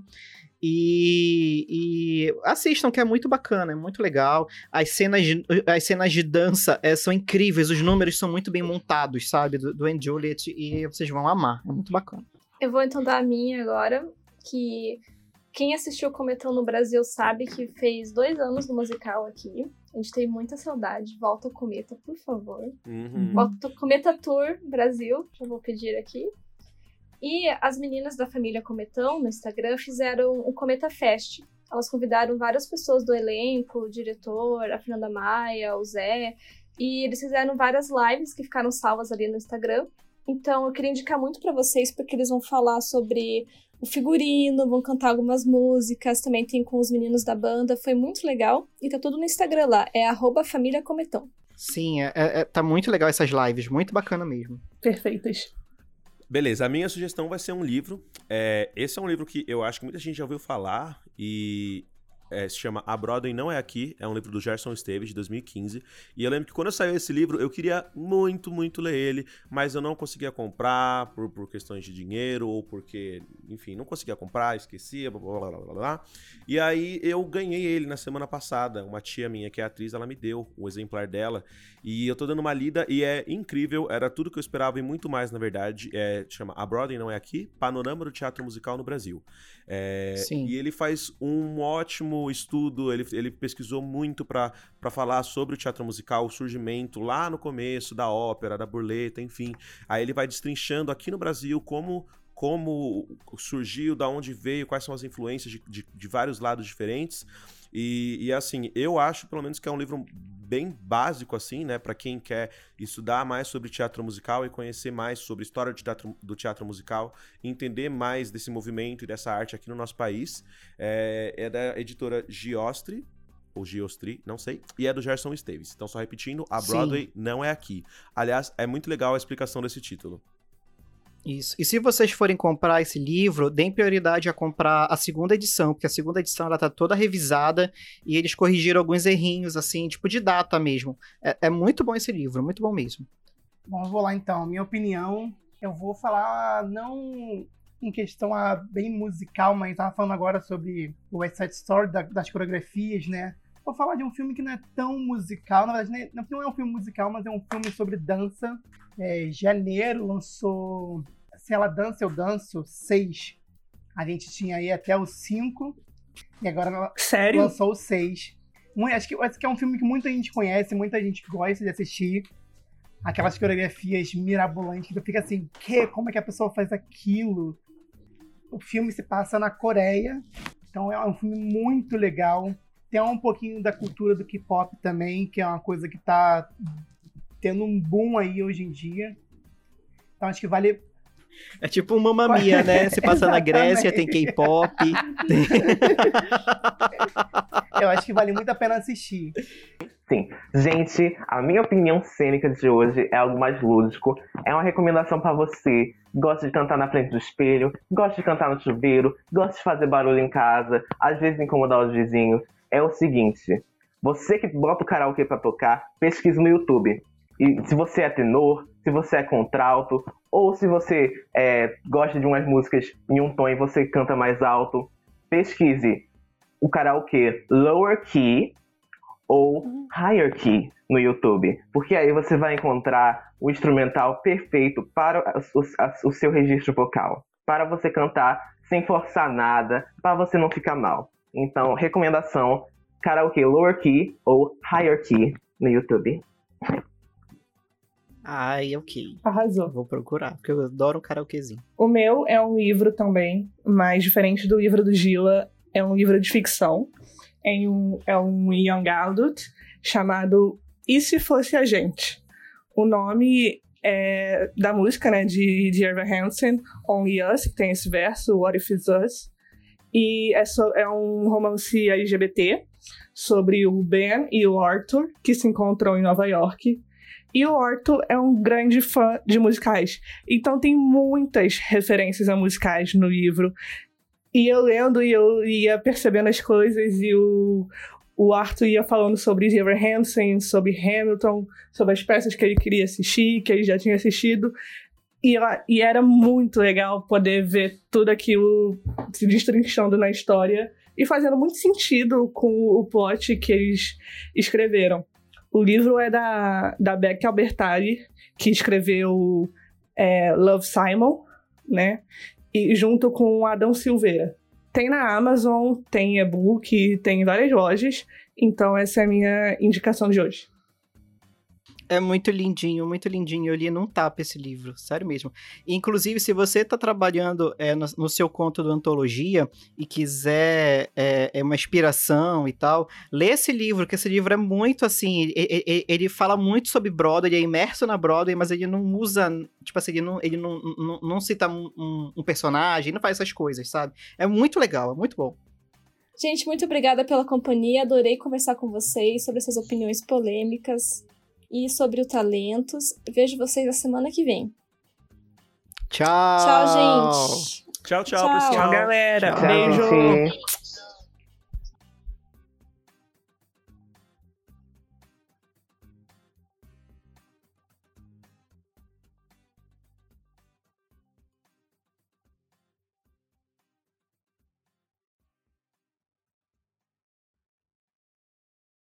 E assistam, que é muito bacana, é muito legal. As cenas de dança são incríveis, os números são muito bem montados, sabe? Do & Juliet, e vocês vão amar, é muito bacana. Eu vou então dar a minha agora, que quem assistiu Cometão no Brasil sabe que fez 2 anos no musical aqui. A gente tem muita saudade. Volta o Cometa, por favor. Volta o Cometa Tour Brasil, já vou pedir aqui. E as meninas da família Cometão, no Instagram, fizeram um Cometa Fest. Elas convidaram várias pessoas do elenco, o diretor, a Fernanda Maia, o Zé, e eles fizeram várias lives que ficaram salvas ali no Instagram. Então eu queria indicar muito pra vocês, porque eles vão falar sobre o figurino, vão cantar algumas músicas, também tem com os meninos da banda, foi muito legal. E tá tudo no Instagram lá, é @famíliacometão. Sim, tá muito legal essas lives, muito bacana mesmo. Perfeitas. Beleza, a minha sugestão vai ser um livro. Esse é um livro que eu acho que muita gente já ouviu falar e se chama A Broadway Não É Aqui. É um livro do Gerson Esteves, de 2015. E eu lembro que quando saiu esse livro, eu queria muito, muito ler ele, mas eu não conseguia comprar por questões de dinheiro ou porque, enfim, não conseguia comprar, esquecia, blá, blá, blá, blá, blá. E aí eu ganhei ele na semana passada. Uma tia minha, que é atriz, ela me deu o exemplar dela. E eu tô dando uma lida e é incrível, era tudo que eu esperava e muito mais, na verdade. Chama A Broadway Não É Aqui, Panorama do Teatro Musical no Brasil. Sim. E ele faz um ótimo estudo, ele pesquisou muito pra falar sobre o teatro musical, o surgimento lá no começo da ópera, da burleta, enfim. Aí ele vai destrinchando aqui no Brasil como surgiu, da onde veio, quais são as influências de vários lados diferentes. E assim, eu acho pelo menos que é um livro bem básico, assim, né, para quem quer estudar mais sobre teatro musical e conhecer mais sobre a história do teatro musical, entender mais desse movimento e dessa arte aqui no nosso país. É da editora Giostri, ou Giostri, não sei, e é do Gerson Esteves. Então, só repetindo, A Broadway Não É Aqui. Aliás, é muito legal a explicação desse título. Isso. E se vocês forem comprar esse livro, deem prioridade a comprar a segunda edição, porque a segunda edição ela tá toda revisada e eles corrigiram alguns errinhos, assim, tipo de data mesmo. É muito bom esse livro, muito bom mesmo. Bom, eu vou lá então. Minha opinião, eu vou falar não em questão bem musical, mas estava falando agora sobre o West Side Story, das coreografias, né? Vou falar de um filme que não é tão musical, na verdade não é um filme musical, mas é um filme sobre dança. Janeiro lançou Se Ela Dança, Eu Danço 6. A gente tinha aí até o 5 e agora Sério? Lançou o 6. Acho que é um filme que muita gente conhece, muita gente gosta de assistir. Aquelas coreografias mirabolantes que tu fica assim, como é que a pessoa faz aquilo? O filme se passa na Coreia, então é um filme muito legal. Tem um pouquinho da cultura do K-pop também, que é uma coisa que tá tendo um boom aí hoje em dia. Então acho que vale... É tipo um Mamma Mia, né? Se passa na Grécia, tem K-pop. Eu acho que vale muito a pena assistir. Sim. Gente, a minha opinião cênica de hoje é algo mais lúdico. É uma recomendação pra você. Gosta de cantar na frente do espelho, gosta de cantar no chuveiro, gosta de fazer barulho em casa, às vezes incomodar os vizinhos. É o seguinte, você que bota o karaokê pra tocar, pesquisa no YouTube. E se você é tenor, se você é contralto, ou se você gosta de umas músicas em um tom e você canta mais alto, pesquise o karaokê Lower Key ou Higher Key no YouTube. Porque aí você vai encontrar o instrumental perfeito para o seu registro vocal. Para você cantar sem forçar nada, para você não ficar mal. Então, recomendação, karaokê Lower Key ou Higher Key no YouTube. Ai, ok. Arrasou. Vou procurar, porque eu adoro um karaokezinho. O meu é um livro também, mas diferente do livro do Gila, é um livro de ficção. É um young adult chamado E Se Fosse a Gente? O nome é da música, né, de Evan Hansen, Only Us, que tem esse verso, What If It's Us? E é um romance LGBT sobre o Ben e o Arthur, que se encontram em Nova York. E o Arthur é um grande fã de musicais. Então tem muitas referências a musicais no livro. E eu lendo, e eu ia percebendo as coisas, e o Arthur ia falando sobre Evan Hansen, sobre Hamilton, sobre as peças que ele queria assistir, que ele já tinha assistido. E era muito legal poder ver tudo aquilo se destrinchando na história e fazendo muito sentido com o plot que eles escreveram. O livro é da Becky Albertalli, que escreveu Love, Simon, né? E junto com o Adão Silveira. Tem na Amazon, tem e-book, tem em várias lojas. Então essa é a minha indicação de hoje. É muito lindinho, muito lindinho. Eu li num tapa esse livro, sério mesmo. Inclusive, se você tá trabalhando no seu conto do Antologia e quiser uma inspiração e tal, lê esse livro, que esse livro é muito assim, ele fala muito sobre Broadway, ele é imerso na Broadway, mas ele não usa, tipo assim, ele não cita um personagem, não faz essas coisas, sabe? É muito legal, é muito bom. Gente, muito obrigada pela companhia, adorei conversar com vocês sobre essas opiniões polêmicas e sobre o Talentos. Vejo vocês na semana que vem. Tchau! Tchau, gente! Tchau, pessoal! Tchau, galera! Tchau, Beijo! gente.